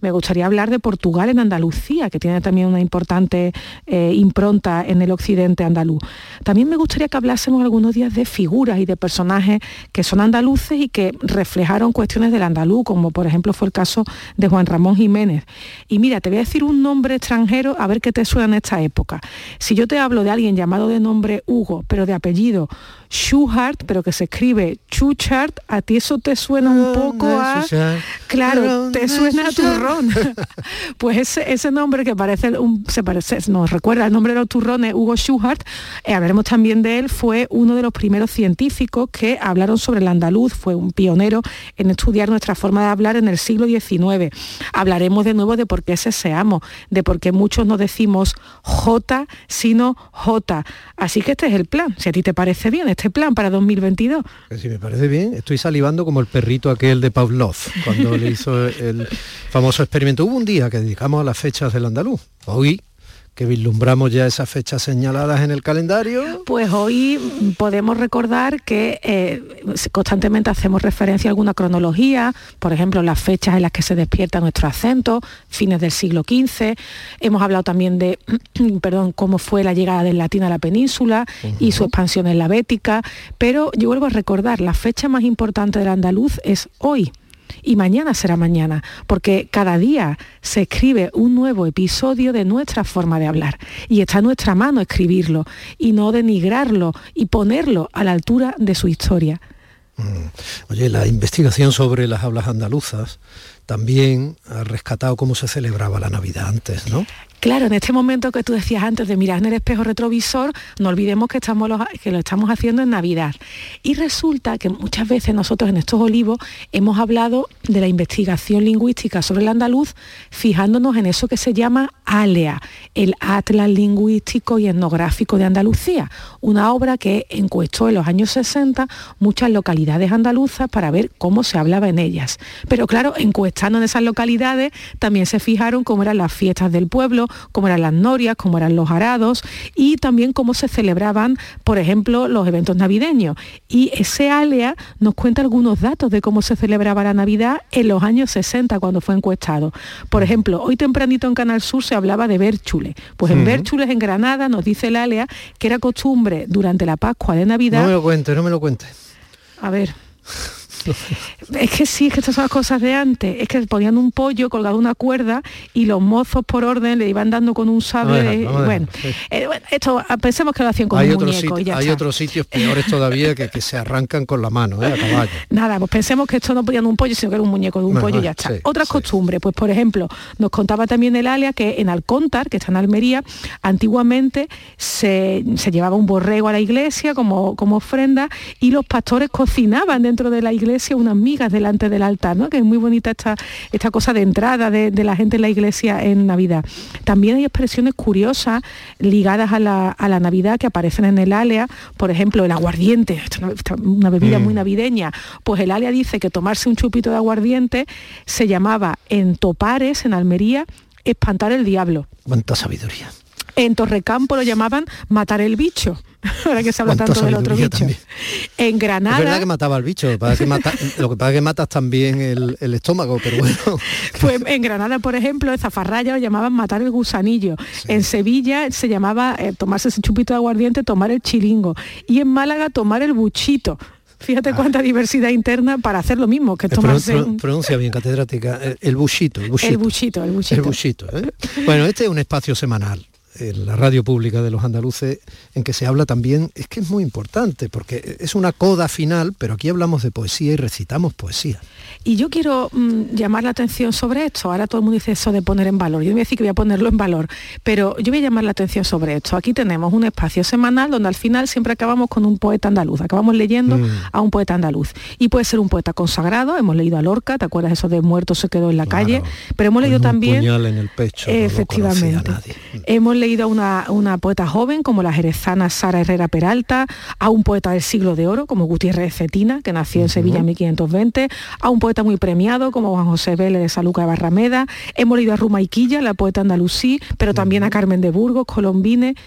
me gustaría hablar de Portugal en Andalucía, que tiene también una importante impronta en el occidente andaluz. También me gustaría que hablásemos algunos días de figuras y de personajes que son andaluces y que reflejaron cuestiones del andaluz, como por ejemplo fue el caso de Juan Ramón Jiménez. Y mira, te voy a decir un nombre extranjero a ver qué te suena en esta época. Si yo te hablo de alguien llamado de nombre Hugo, pero de apellido Schuhart, pero que se escribe Chuchart, ¿a ti eso te suena un poco a...? Claro, te suena a turrón. Pues ese nombre que nos recuerda al nombre de los turrones, Hugo Schuhart, hablaremos también de él, fue uno de los primeros científicos que hablaron sobre el andaluz, fue un pionero en estudiar nuestra forma de hablar en el siglo XIX. Hablaremos de nuevo de por qué seamos, de por qué muchos no decimos J, sino J. Así que este es el plan, si a ti te parece bien este plan para 2022. Si me parece bien, estoy salivando como el perrito aquel de Pavlov, cuando le hizo el famoso experimento. Hubo un día que dedicamos a las fechas del andaluz. Hoy, que vislumbramos ya esas fechas señaladas en el calendario. Pues hoy podemos recordar que constantemente hacemos referencia a alguna cronología, por ejemplo, las fechas en las que se despierta nuestro acento, fines del siglo XV. Hemos hablado también de cómo fue la llegada del latín a la península y su expansión en la bética, pero yo vuelvo a recordar, la fecha más importante del andaluz es hoy. Y mañana será mañana, porque cada día se escribe un nuevo episodio de nuestra forma de hablar. Y está en nuestra mano escribirlo y no denigrarlo y ponerlo a la altura de su historia. Oye, la investigación sobre las hablas andaluzas también ha rescatado cómo se celebraba la Navidad antes, ¿no? Claro, en este momento que tú decías antes de mirar en el espejo retrovisor, no olvidemos que lo estamos haciendo en Navidad. Y resulta que muchas veces nosotros en estos olivos hemos hablado de la investigación lingüística sobre el andaluz, fijándonos en eso que se llama ALEA, el Atlas Lingüístico y Etnográfico de Andalucía, una obra que encuestó en los años 60 muchas localidades andaluzas para ver cómo se hablaba en ellas. Pero claro, encuestando en esas localidades también se fijaron cómo eran las fiestas del pueblo, cómo eran las norias, cómo eran los arados y también cómo se celebraban, por ejemplo, los eventos navideños. Y ese ALEA nos cuenta algunos datos de cómo se celebraba la Navidad en los años 60 cuando fue encuestado. Por ejemplo, hoy tempranito en Canal Sur se hablaba de Bérchules. Pues en Bérchules, en Granada, nos dice el ALEA que era costumbre durante la Pascua de Navidad... No me lo cuentes. A ver... Es que estas son las cosas de antes, es que ponían un pollo colgado a una cuerda y los mozos por orden le iban dando con un sable. Esto pensemos que lo hacían con un muñeco y ya hay está. Otros sitios peores todavía que se arrancan con la mano, a caballo. Nada, pues pensemos que esto no ponían un pollo, sino que era un muñeco de un pollo y ya está. Otras costumbres, pues por ejemplo, nos contaba también el ALEA que en Alcóntar, que está en Almería, antiguamente se llevaba un borrego a la iglesia como ofrenda y los pastores cocinaban dentro de la iglesia unas migas delante del altar, ¿no? Que es muy bonita esta cosa de entrada de la gente en la iglesia en Navidad. También hay expresiones curiosas ligadas a la Navidad que aparecen en el ALEA, por ejemplo, el aguardiente, una bebida muy navideña. Pues el ALEA dice que tomarse un chupito de aguardiente se llamaba en Topares, en Almería, espantar el diablo. Cuánta sabiduría. En Torrecampo lo llamaban matar el bicho. Ahora que se habla tanto del otro bicho. También. En Granada... Es verdad que mataba al bicho, lo que pasa es que matas también el estómago, pero bueno. Pues en Granada, por ejemplo, en Zafarraya lo llamaban matar el gusanillo. Sí. En Sevilla se llamaba tomarse ese chupito de aguardiente, tomar el chiringo. Y en Málaga tomar el buchito. Fíjate cuánta diversidad interna para hacer lo mismo, que tomarse... Pronuncia bien, catedrática. El buchito. El buchito, ¿eh? Bueno, este es un espacio semanal en la radio pública de los andaluces, en que se habla también, es que es muy importante, porque es una coda final, pero aquí hablamos de poesía y recitamos poesía. Y yo quiero llamar la atención sobre esto. Ahora todo el mundo dice eso de poner en valor. Yo voy a decir que voy a ponerlo en valor, pero yo voy a llamar la atención sobre esto. Aquí tenemos un espacio semanal donde al final siempre acabamos con un poeta andaluz. Acabamos leyendo a un poeta andaluz. Y puede ser un poeta consagrado. Hemos leído a Lorca, ¿te acuerdas eso de muerto se quedó en la calle? Pero hemos leído también... Un puñal en el pecho. Efectivamente. No nadie. Hemos leído a una poeta joven como la jerezana Sara Herrera Peralta, a un poeta del siglo de oro como Gutiérrez Cetina, que nació en Sevilla en 1520, a un poeta muy premiado como Juan José Vélez de Sanlúcar de Barrameda. Hemos leído a Rumaiquilla, la poeta andalusí, pero también a Carmen de Burgos, Colombine.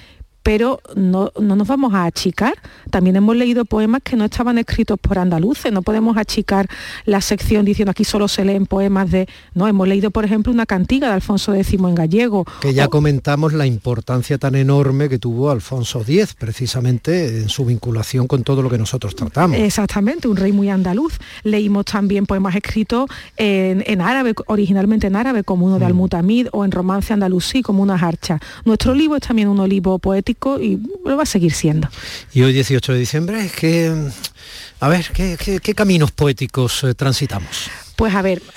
pero no nos vamos a achicar. También hemos leído poemas que no estaban escritos por andaluces, no podemos achicar la sección diciendo aquí solo se leen poemas de... No, hemos leído, por ejemplo, una cantiga de Alfonso X en gallego. Que ya comentamos la importancia tan enorme que tuvo Alfonso X, precisamente en su vinculación con todo lo que nosotros tratamos. Exactamente, un rey muy andaluz. Leímos también poemas escritos en árabe, originalmente en árabe, como uno de Al-Mutamid, o en romance andalusí, como una jarcha. Nuestro libro es también un olivo poético y lo va a seguir siendo. Y hoy 18 de diciembre, a ver, ¿qué caminos poéticos transitamos? Pues a ver,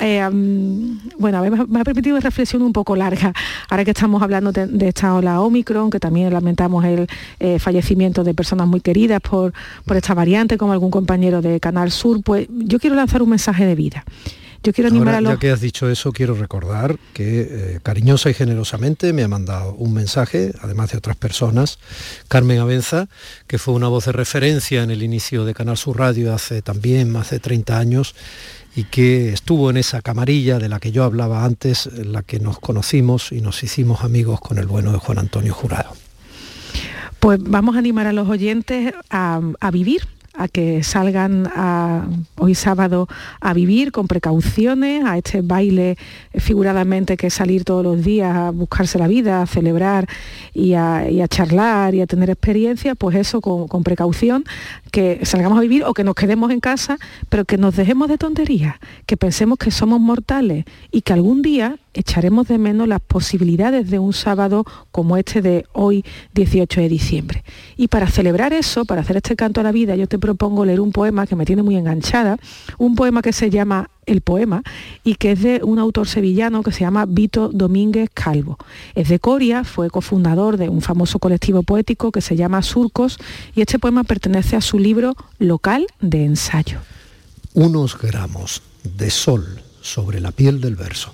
me ha permitido una reflexión un poco larga, ahora que estamos hablando de esta ola Omicron, que también lamentamos el fallecimiento de personas muy queridas por esta variante, como algún compañero de Canal Sur. Pues yo quiero lanzar un mensaje de vida. Yo quiero animar a los... Ya que has dicho eso, quiero recordar que cariñosa y generosamente me ha mandado un mensaje, además de otras personas, Carmen Abenza, que fue una voz de referencia en el inicio de Canal Sur Radio hace también más de 30 años, y que estuvo en esa camarilla de la que yo hablaba antes, en la que nos conocimos y nos hicimos amigos con el bueno de Juan Antonio Jurado. Pues vamos a animar a los oyentes a vivir, a que salgan hoy sábado a vivir con precauciones, a este baile figuradamente que es salir todos los días a buscarse la vida, a celebrar y a charlar y a tener experiencia, pues eso con precaución, que salgamos a vivir o que nos quedemos en casa, pero que nos dejemos de tonterías, que pensemos que somos mortales y que algún día echaremos de menos las posibilidades de un sábado como este de hoy, 18 de diciembre. Y para celebrar eso, para hacer este canto a la vida, yo te propongo leer un poema que me tiene muy enganchada, un poema que se llama El Poema y que es de un autor sevillano que se llama Vito Domínguez Calvo. Es de Coria, fue cofundador de un famoso colectivo poético que se llama Surcos, y este poema pertenece a su libro Local de ensayo. Unos gramos de sol sobre la piel del verso,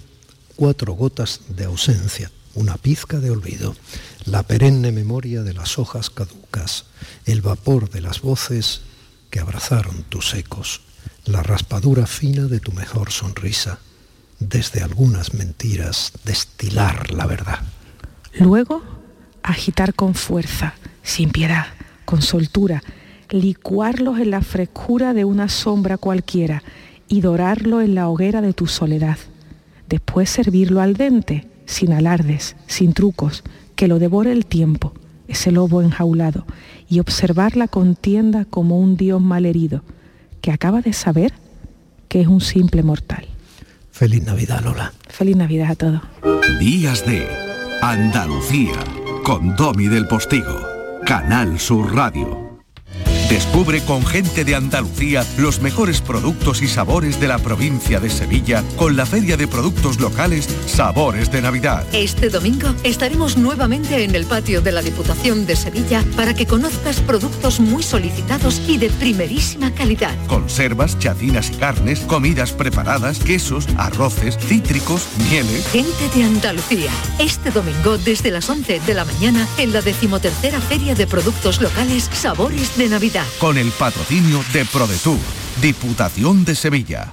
4 gotas de ausencia, una pizca de olvido, la perenne memoria de las hojas caducas, el vapor de las voces que abrazaron tus ecos, la raspadura fina de tu mejor sonrisa, desde algunas mentiras destilar la verdad. Luego, agitar con fuerza, sin piedad, con soltura, licuarlos en la frescura de una sombra cualquiera y dorarlo en la hoguera de tu soledad. Después servirlo al dente, sin alardes, sin trucos, que lo devore el tiempo, ese lobo enjaulado, y observar la contienda como un dios malherido, que acaba de saber que es un simple mortal. Feliz Navidad, Lola. Feliz Navidad a todos. Días de Andalucía, con Domi del Postigo, Canal Sur Radio. Descubre con gente de Andalucía los mejores productos y sabores de la provincia de Sevilla con la Feria de Productos Locales Sabores de Navidad. Este domingo estaremos nuevamente en el patio de la Diputación de Sevilla para que conozcas productos muy solicitados y de primerísima calidad. Conservas, chacinas y carnes, comidas preparadas, quesos, arroces, cítricos, mieles. Gente de Andalucía, este domingo desde las 11 de la mañana en la 13ª Feria de Productos Locales Sabores de Navidad. Con el patrocinio de ProDetour, Diputación de Sevilla.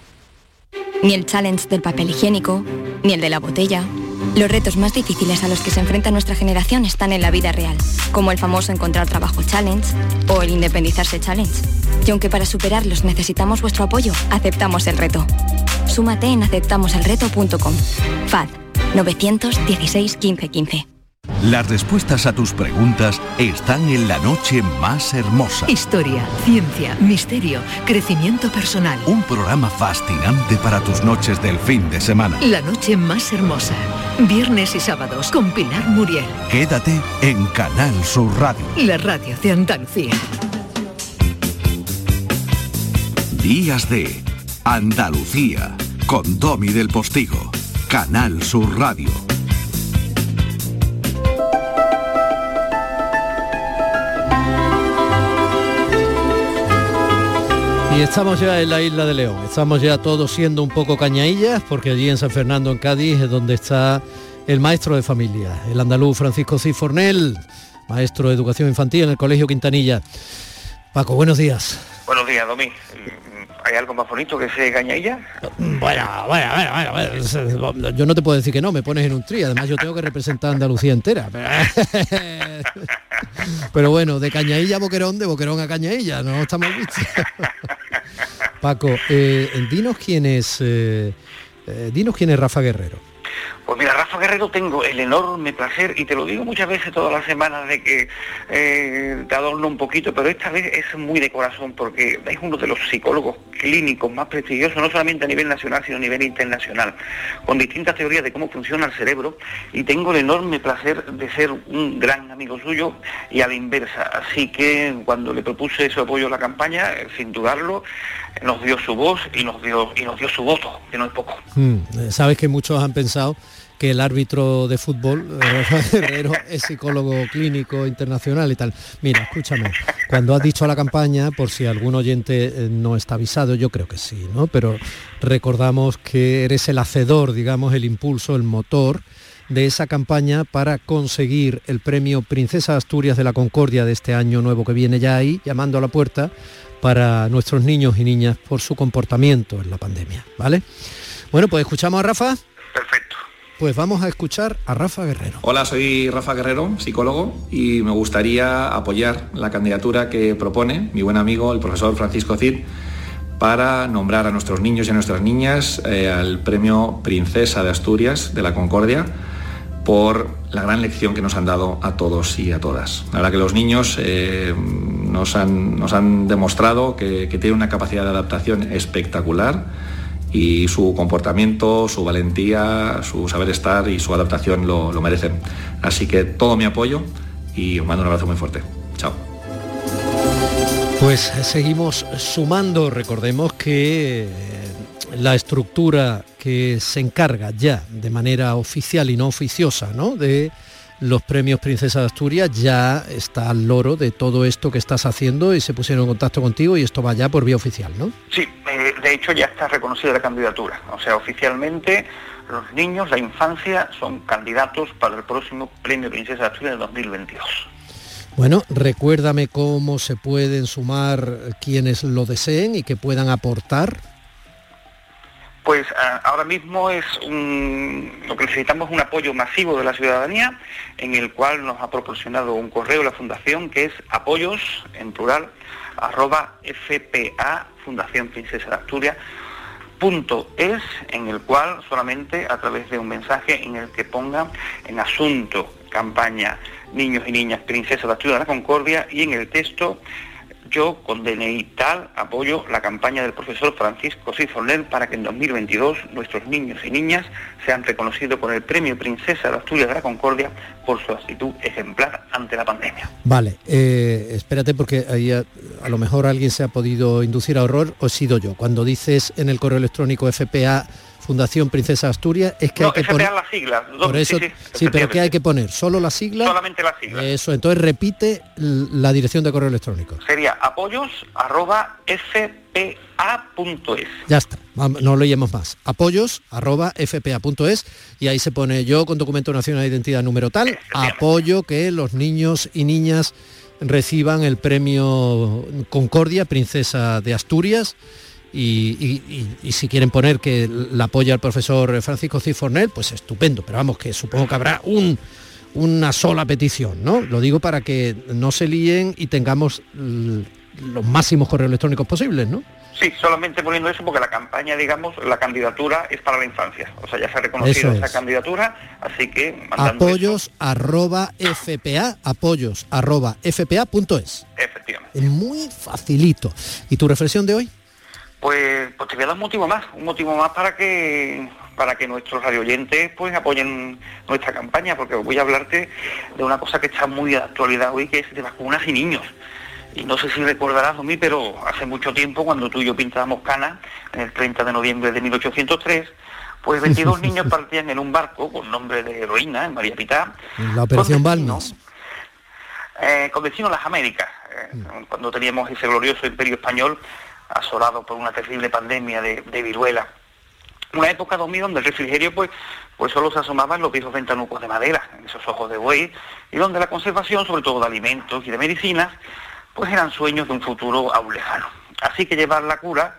Ni el challenge del papel higiénico, ni el de la botella. Los retos más difíciles a los que se enfrenta nuestra generación están en la vida real, como el famoso encontrar trabajo challenge o el independizarse challenge. Y aunque para superarlos necesitamos vuestro apoyo, aceptamos el reto. Súmate en aceptamoselreto.com. FAD 916 15 15. Las respuestas a tus preguntas están en La Noche Más Hermosa. Historia, ciencia, misterio, crecimiento personal. Un programa fascinante para tus noches del fin de semana. La Noche Más Hermosa. Viernes y sábados con Pilar Muriel. Quédate en Canal Sur Radio. La radio de Andalucía. Días de Andalucía con Domi del Postigo. Canal Sur Radio. Y estamos ya en la isla de León, estamos ya todos siendo un poco cañaillas, porque allí en San Fernando, en Cádiz, es donde está el maestro de familia, el andaluz Francisco Cid Fornel, maestro de educación infantil en el Colegio Quintanilla. Paco, buenos días. Buenos días, Domi. ¿Hay algo más bonito que ese Cañailla? Bueno, yo no te puedo decir que no, me pones en un trío, además yo tengo que representar a Andalucía entera. Pero bueno, de Cañailla a Boquerón, de Boquerón a Cañailla, no está mal visto. Paco, dinos quién es Rafa Guerrero. Pues mira, Rafa Guerrero, tengo el enorme placer, y te lo digo muchas veces todas las semanas, de que te adorno un poquito, pero esta vez es muy de corazón, porque es uno de los psicólogos clínicos más prestigiosos, no solamente a nivel nacional, sino a nivel internacional, con distintas teorías de cómo funciona el cerebro, y tengo el enorme placer de ser un gran amigo suyo, y a la inversa. Así que cuando le propuse su apoyo a la campaña, sin dudarlo, nos dio su voz y nos dio su voto, que no es poco. Sabes que muchos han pensado que el árbitro de fútbol, Rafa Guerrero, es psicólogo clínico internacional y tal. Mira, escúchame, cuando has dicho a la campaña, por si algún oyente no está avisado, yo creo que sí, ¿no? Pero recordamos que eres el hacedor, digamos, el impulso, el motor de esa campaña para conseguir el premio Princesa de Asturias de la Concordia de este año nuevo que viene ya ahí, llamando a la puerta, para nuestros niños y niñas por su comportamiento en la pandemia, ¿vale? Bueno, pues escuchamos a Rafa. Perfecto. Pues vamos a escuchar a Rafa Guerrero. Hola, soy Rafa Guerrero, psicólogo, y me gustaría apoyar la candidatura que propone mi buen amigo, el profesor Francisco Cid, para nombrar a nuestros niños y a nuestras niñas al premio Princesa de Asturias de la Concordia, por la gran lección que nos han dado a todos y a todas. La verdad que los niños nos han demostrado que tienen una capacidad de adaptación espectacular, y su comportamiento, su valentía, su saber estar y su adaptación lo merecen. Así que todo mi apoyo y os mando un abrazo muy fuerte. Chao. Pues seguimos sumando. Recordemos que la estructura que se encarga ya de manera oficial y no oficiosa, ¿no?, de los premios Princesa de Asturias, ya está al loro de todo esto que estás haciendo, y se pusieron en contacto contigo y esto va ya por vía oficial, ¿no? Sí, de hecho ya está reconocida la candidatura. O sea, oficialmente los niños, la infancia, son candidatos para el próximo premio Princesa de Asturias de 2022. Bueno, recuérdame cómo se pueden sumar quienes lo deseen y que puedan aportar. Pues ahora mismo lo que necesitamos es un apoyo masivo de la ciudadanía, en el cual nos ha proporcionado un correo la Fundación, que es apoyos, en plural, @fpa, Fundación Princesa de Asturias, .es, en el cual solamente a través de un mensaje en el que ponga en asunto campaña niños y niñas Princesa de Asturias de la Concordia, y en el texto: yo, con DNI tal, apoyo la campaña del profesor Francisco Cid Fornel para que en 2022 nuestros niños y niñas sean reconocidos con el premio Princesa de Asturias de la Concordia por su actitud ejemplar ante la pandemia. Vale, espérate, porque ahí a lo mejor alguien se ha podido inducir a error, o he sido yo. Cuando dices en el correo electrónico FPA Fundación Princesa Asturias, es que no, hay que FPA poner... las siglas. Por eso, sí, pero ¿qué hay que poner? ¿Solo las siglas? Solamente las siglas. Eso, entonces repite la dirección de correo electrónico. Sería apoyos@fpa.es. Ya está, no lo llevamos más. apoyos@fpa.es, y ahí se pone: yo, con documento nacional de identidad número tal, apoyo que los niños y niñas reciban el premio Concordia Princesa de Asturias. Y si quieren poner que la apoya el profesor Francisco Cid Fornel, pues estupendo, pero vamos, que supongo que habrá una sola petición, ¿no? Lo digo para que no se líen y tengamos los máximos correos electrónicos posibles, ¿no? Sí, solamente poniendo eso, porque la campaña, digamos, la candidatura es para la infancia. O sea, ya se ha reconocido esa candidatura, así que... apoyos@fpa.es. Efectivamente. Es muy facilito. ¿Y tu reflexión de hoy? Pues te voy a dar un motivo más para que nuestros radioyentes pues apoyen nuestra campaña, porque voy a hablarte de una cosa que está muy de actualidad hoy, que es de vacunas y niños. Y no sé si recordarás, Domi, pero hace mucho tiempo, cuando tú y yo pintábamos canas, en el 30 de noviembre de 1803, pues 22 niños partían en un barco con nombre de heroína, en María Pitá. La operación Balmes. Con destino a las Américas, cuando teníamos ese glorioso imperio español asolado por una terrible pandemia de viruela. Una época, Domi, donde el refrigerio pues solo se asomaba en los viejos ventanucos de madera, en esos ojos de buey, y donde la conservación, sobre todo de alimentos y de medicinas, pues eran sueños de un futuro aún lejano. Así que llevar la cura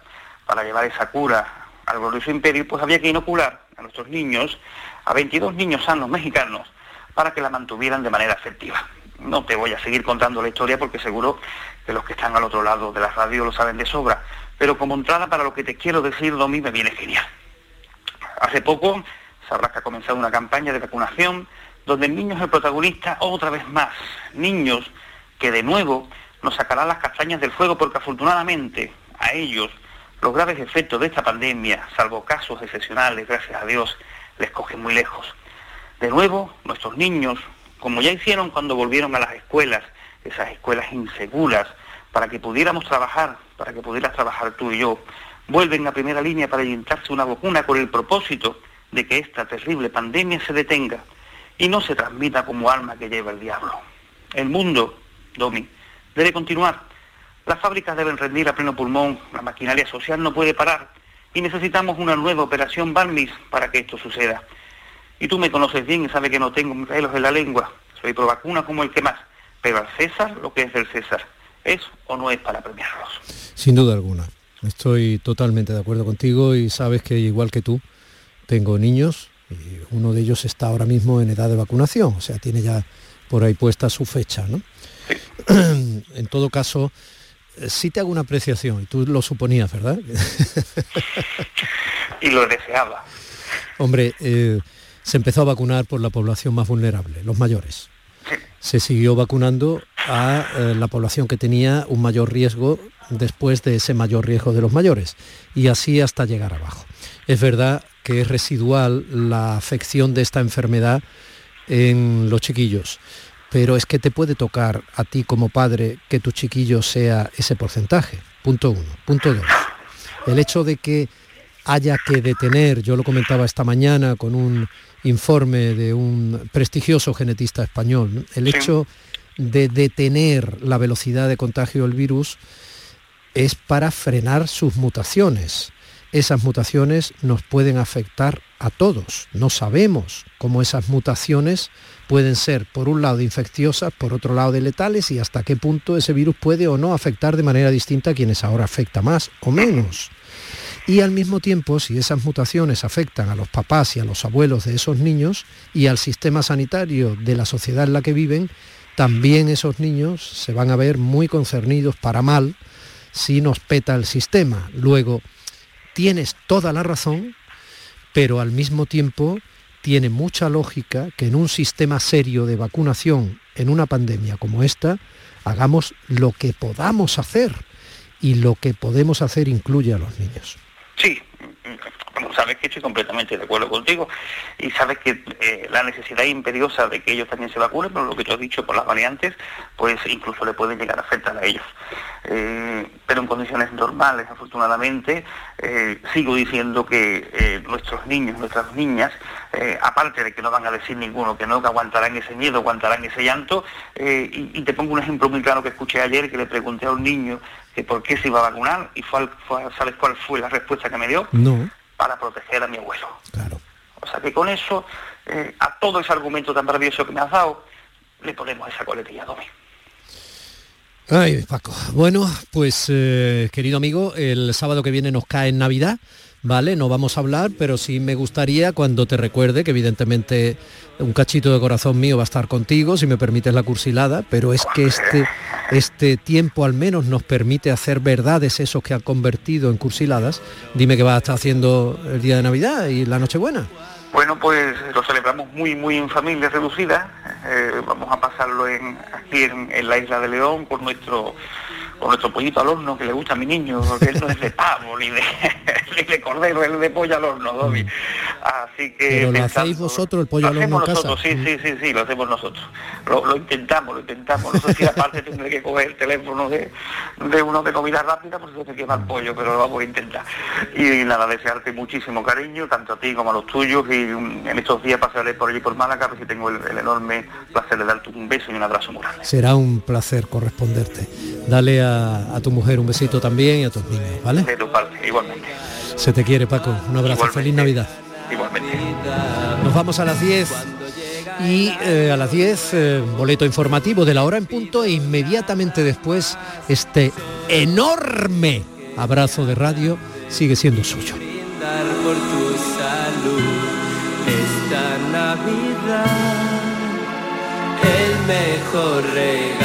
para llevar esa cura al glorioso imperio, pues había que inocular a nuestros niños, a 22 niños sanos mexicanos, para que la mantuvieran de manera efectiva. No te voy a seguir contando la historia porque seguro que los que están al otro lado de la radio lo saben de sobra, pero como entrada para lo que te quiero decir, Domi, me viene genial. Hace poco sabrás que ha comenzado una campaña de vacunación donde el niño es el protagonista otra vez más. Niños que de nuevo nos sacarán las castañas del fuego porque afortunadamente a ellos los graves efectos de esta pandemia, salvo casos excepcionales, gracias a Dios, les cogen muy lejos. De nuevo, nuestros niños, como ya hicieron cuando volvieron a las escuelas, esas escuelas inseguras, para que pudiéramos trabajar, para que pudieras trabajar tú y yo, vuelven a primera línea para inyectarse una vacuna con el propósito de que esta terrible pandemia se detenga y no se transmita como alma que lleva el diablo. El mundo, Domi, debe continuar. Las fábricas deben rendir a pleno pulmón, la maquinaria social no puede parar y necesitamos una nueva operación Balmis para que esto suceda. Y tú me conoces bien y sabes que no tengo pelos en la lengua, soy pro vacuna como el que más, pero al César lo que es del César, ¿es o no es para premiarlos? Sin duda alguna, estoy totalmente de acuerdo contigo y sabes que igual que tú, tengo niños y uno de ellos está ahora mismo en edad de vacunación, o sea, tiene ya por ahí puesta su fecha, ¿no? Sí. En todo caso, sí te hago una apreciación, y tú lo suponías, ¿verdad? Y lo deseaba. Hombre, se empezó a vacunar por la población más vulnerable, los mayores. Sí. Se siguió vacunando a la población que tenía un mayor riesgo después de ese mayor riesgo de los mayores, y así hasta llegar abajo. Es verdad que es residual la afección de esta enfermedad en los chiquillos, pero es que te puede tocar a ti como padre que tu chiquillo sea ese porcentaje, punto 1. Punto 2, el hecho de que haya que detener, yo lo comentaba esta mañana con un informe de un prestigioso genetista español, ¿no? El hecho de detener la velocidad de contagio del virus es para frenar sus mutaciones. Esas mutaciones nos pueden afectar a todos. No sabemos cómo esas mutaciones pueden ser, por un lado, infecciosas, por otro lado, letales, y hasta qué punto ese virus puede o no afectar de manera distinta a quienes ahora afecta más o menos. Y al mismo tiempo, si esas mutaciones afectan a los papás y a los abuelos de esos niños y al sistema sanitario de la sociedad en la que viven, también esos niños se van a ver muy concernidos para mal si nos peta el sistema. Luego, tienes toda la razón, pero al mismo tiempo tiene mucha lógica que en un sistema serio de vacunación, en una pandemia como esta, hagamos lo que podamos hacer, y lo que podemos hacer incluye a los niños. Sí, sabes que estoy completamente de acuerdo contigo y sabes que la necesidad imperiosa de que ellos también se vacunen, pero lo que tú has dicho por las variantes, pues incluso le pueden llegar a afectar a ellos. Pero en condiciones normales, afortunadamente, sigo diciendo que nuestros niños, nuestras niñas, aparte de que no van a decir ninguno que no, que aguantarán ese miedo, aguantarán ese llanto, y te pongo un ejemplo muy claro que escuché ayer, que le pregunté a un niño que por qué se iba a vacunar, y ¿sabes cuál fue la respuesta que me dio? No. Para proteger a mi abuelo. Claro. O sea que con eso, a todo ese argumento tan maravilloso que me has dado, le ponemos esa coletilla, Domi. Ay, Paco. Bueno, pues querido amigo, el sábado que viene nos cae en Navidad, ¿vale? No vamos a hablar, pero sí me gustaría cuando te recuerde que evidentemente un cachito de corazón mío va a estar contigo, si me permites la cursilada, pero es que este tiempo al menos nos permite hacer verdades esos que han convertido en cursiladas. Dime qué vas a estar haciendo el día de Navidad y la Nochebuena. Bueno, pues lo celebramos muy en familia reducida. Vamos a pasarlo aquí en la isla de León con nuestro pollito al horno, que le gusta a mi niño, porque él no es de pavo ni de cordero, él es de pollo al horno, Domi. Así que... ¿Pero lo hacéis vosotros el pollo al horno en casa? Sí, lo hacemos nosotros. Lo intentamos. No sé si aparte tendré que coger el teléfono de uno de comida rápida, pues se quema el pollo, pero lo vamos a intentar. Y nada, desearte muchísimo cariño, tanto a ti como a los tuyos, y en estos días pasaré por allí por Málaga, porque tengo el enorme placer de darte un beso y un abrazo muy grande. Será un placer corresponderte. Dale a tu mujer un besito también y a tus niños, ¿vale? De tu parte, igualmente. Se te quiere, Paco. Un abrazo. Igualmente. Feliz Navidad. Igualmente. Nos vamos a las 10 y a las 10 boleto informativo de la hora en punto, e inmediatamente después este enorme abrazo de radio sigue siendo suyo. Por tu salud esta Navidad, el mejor regalo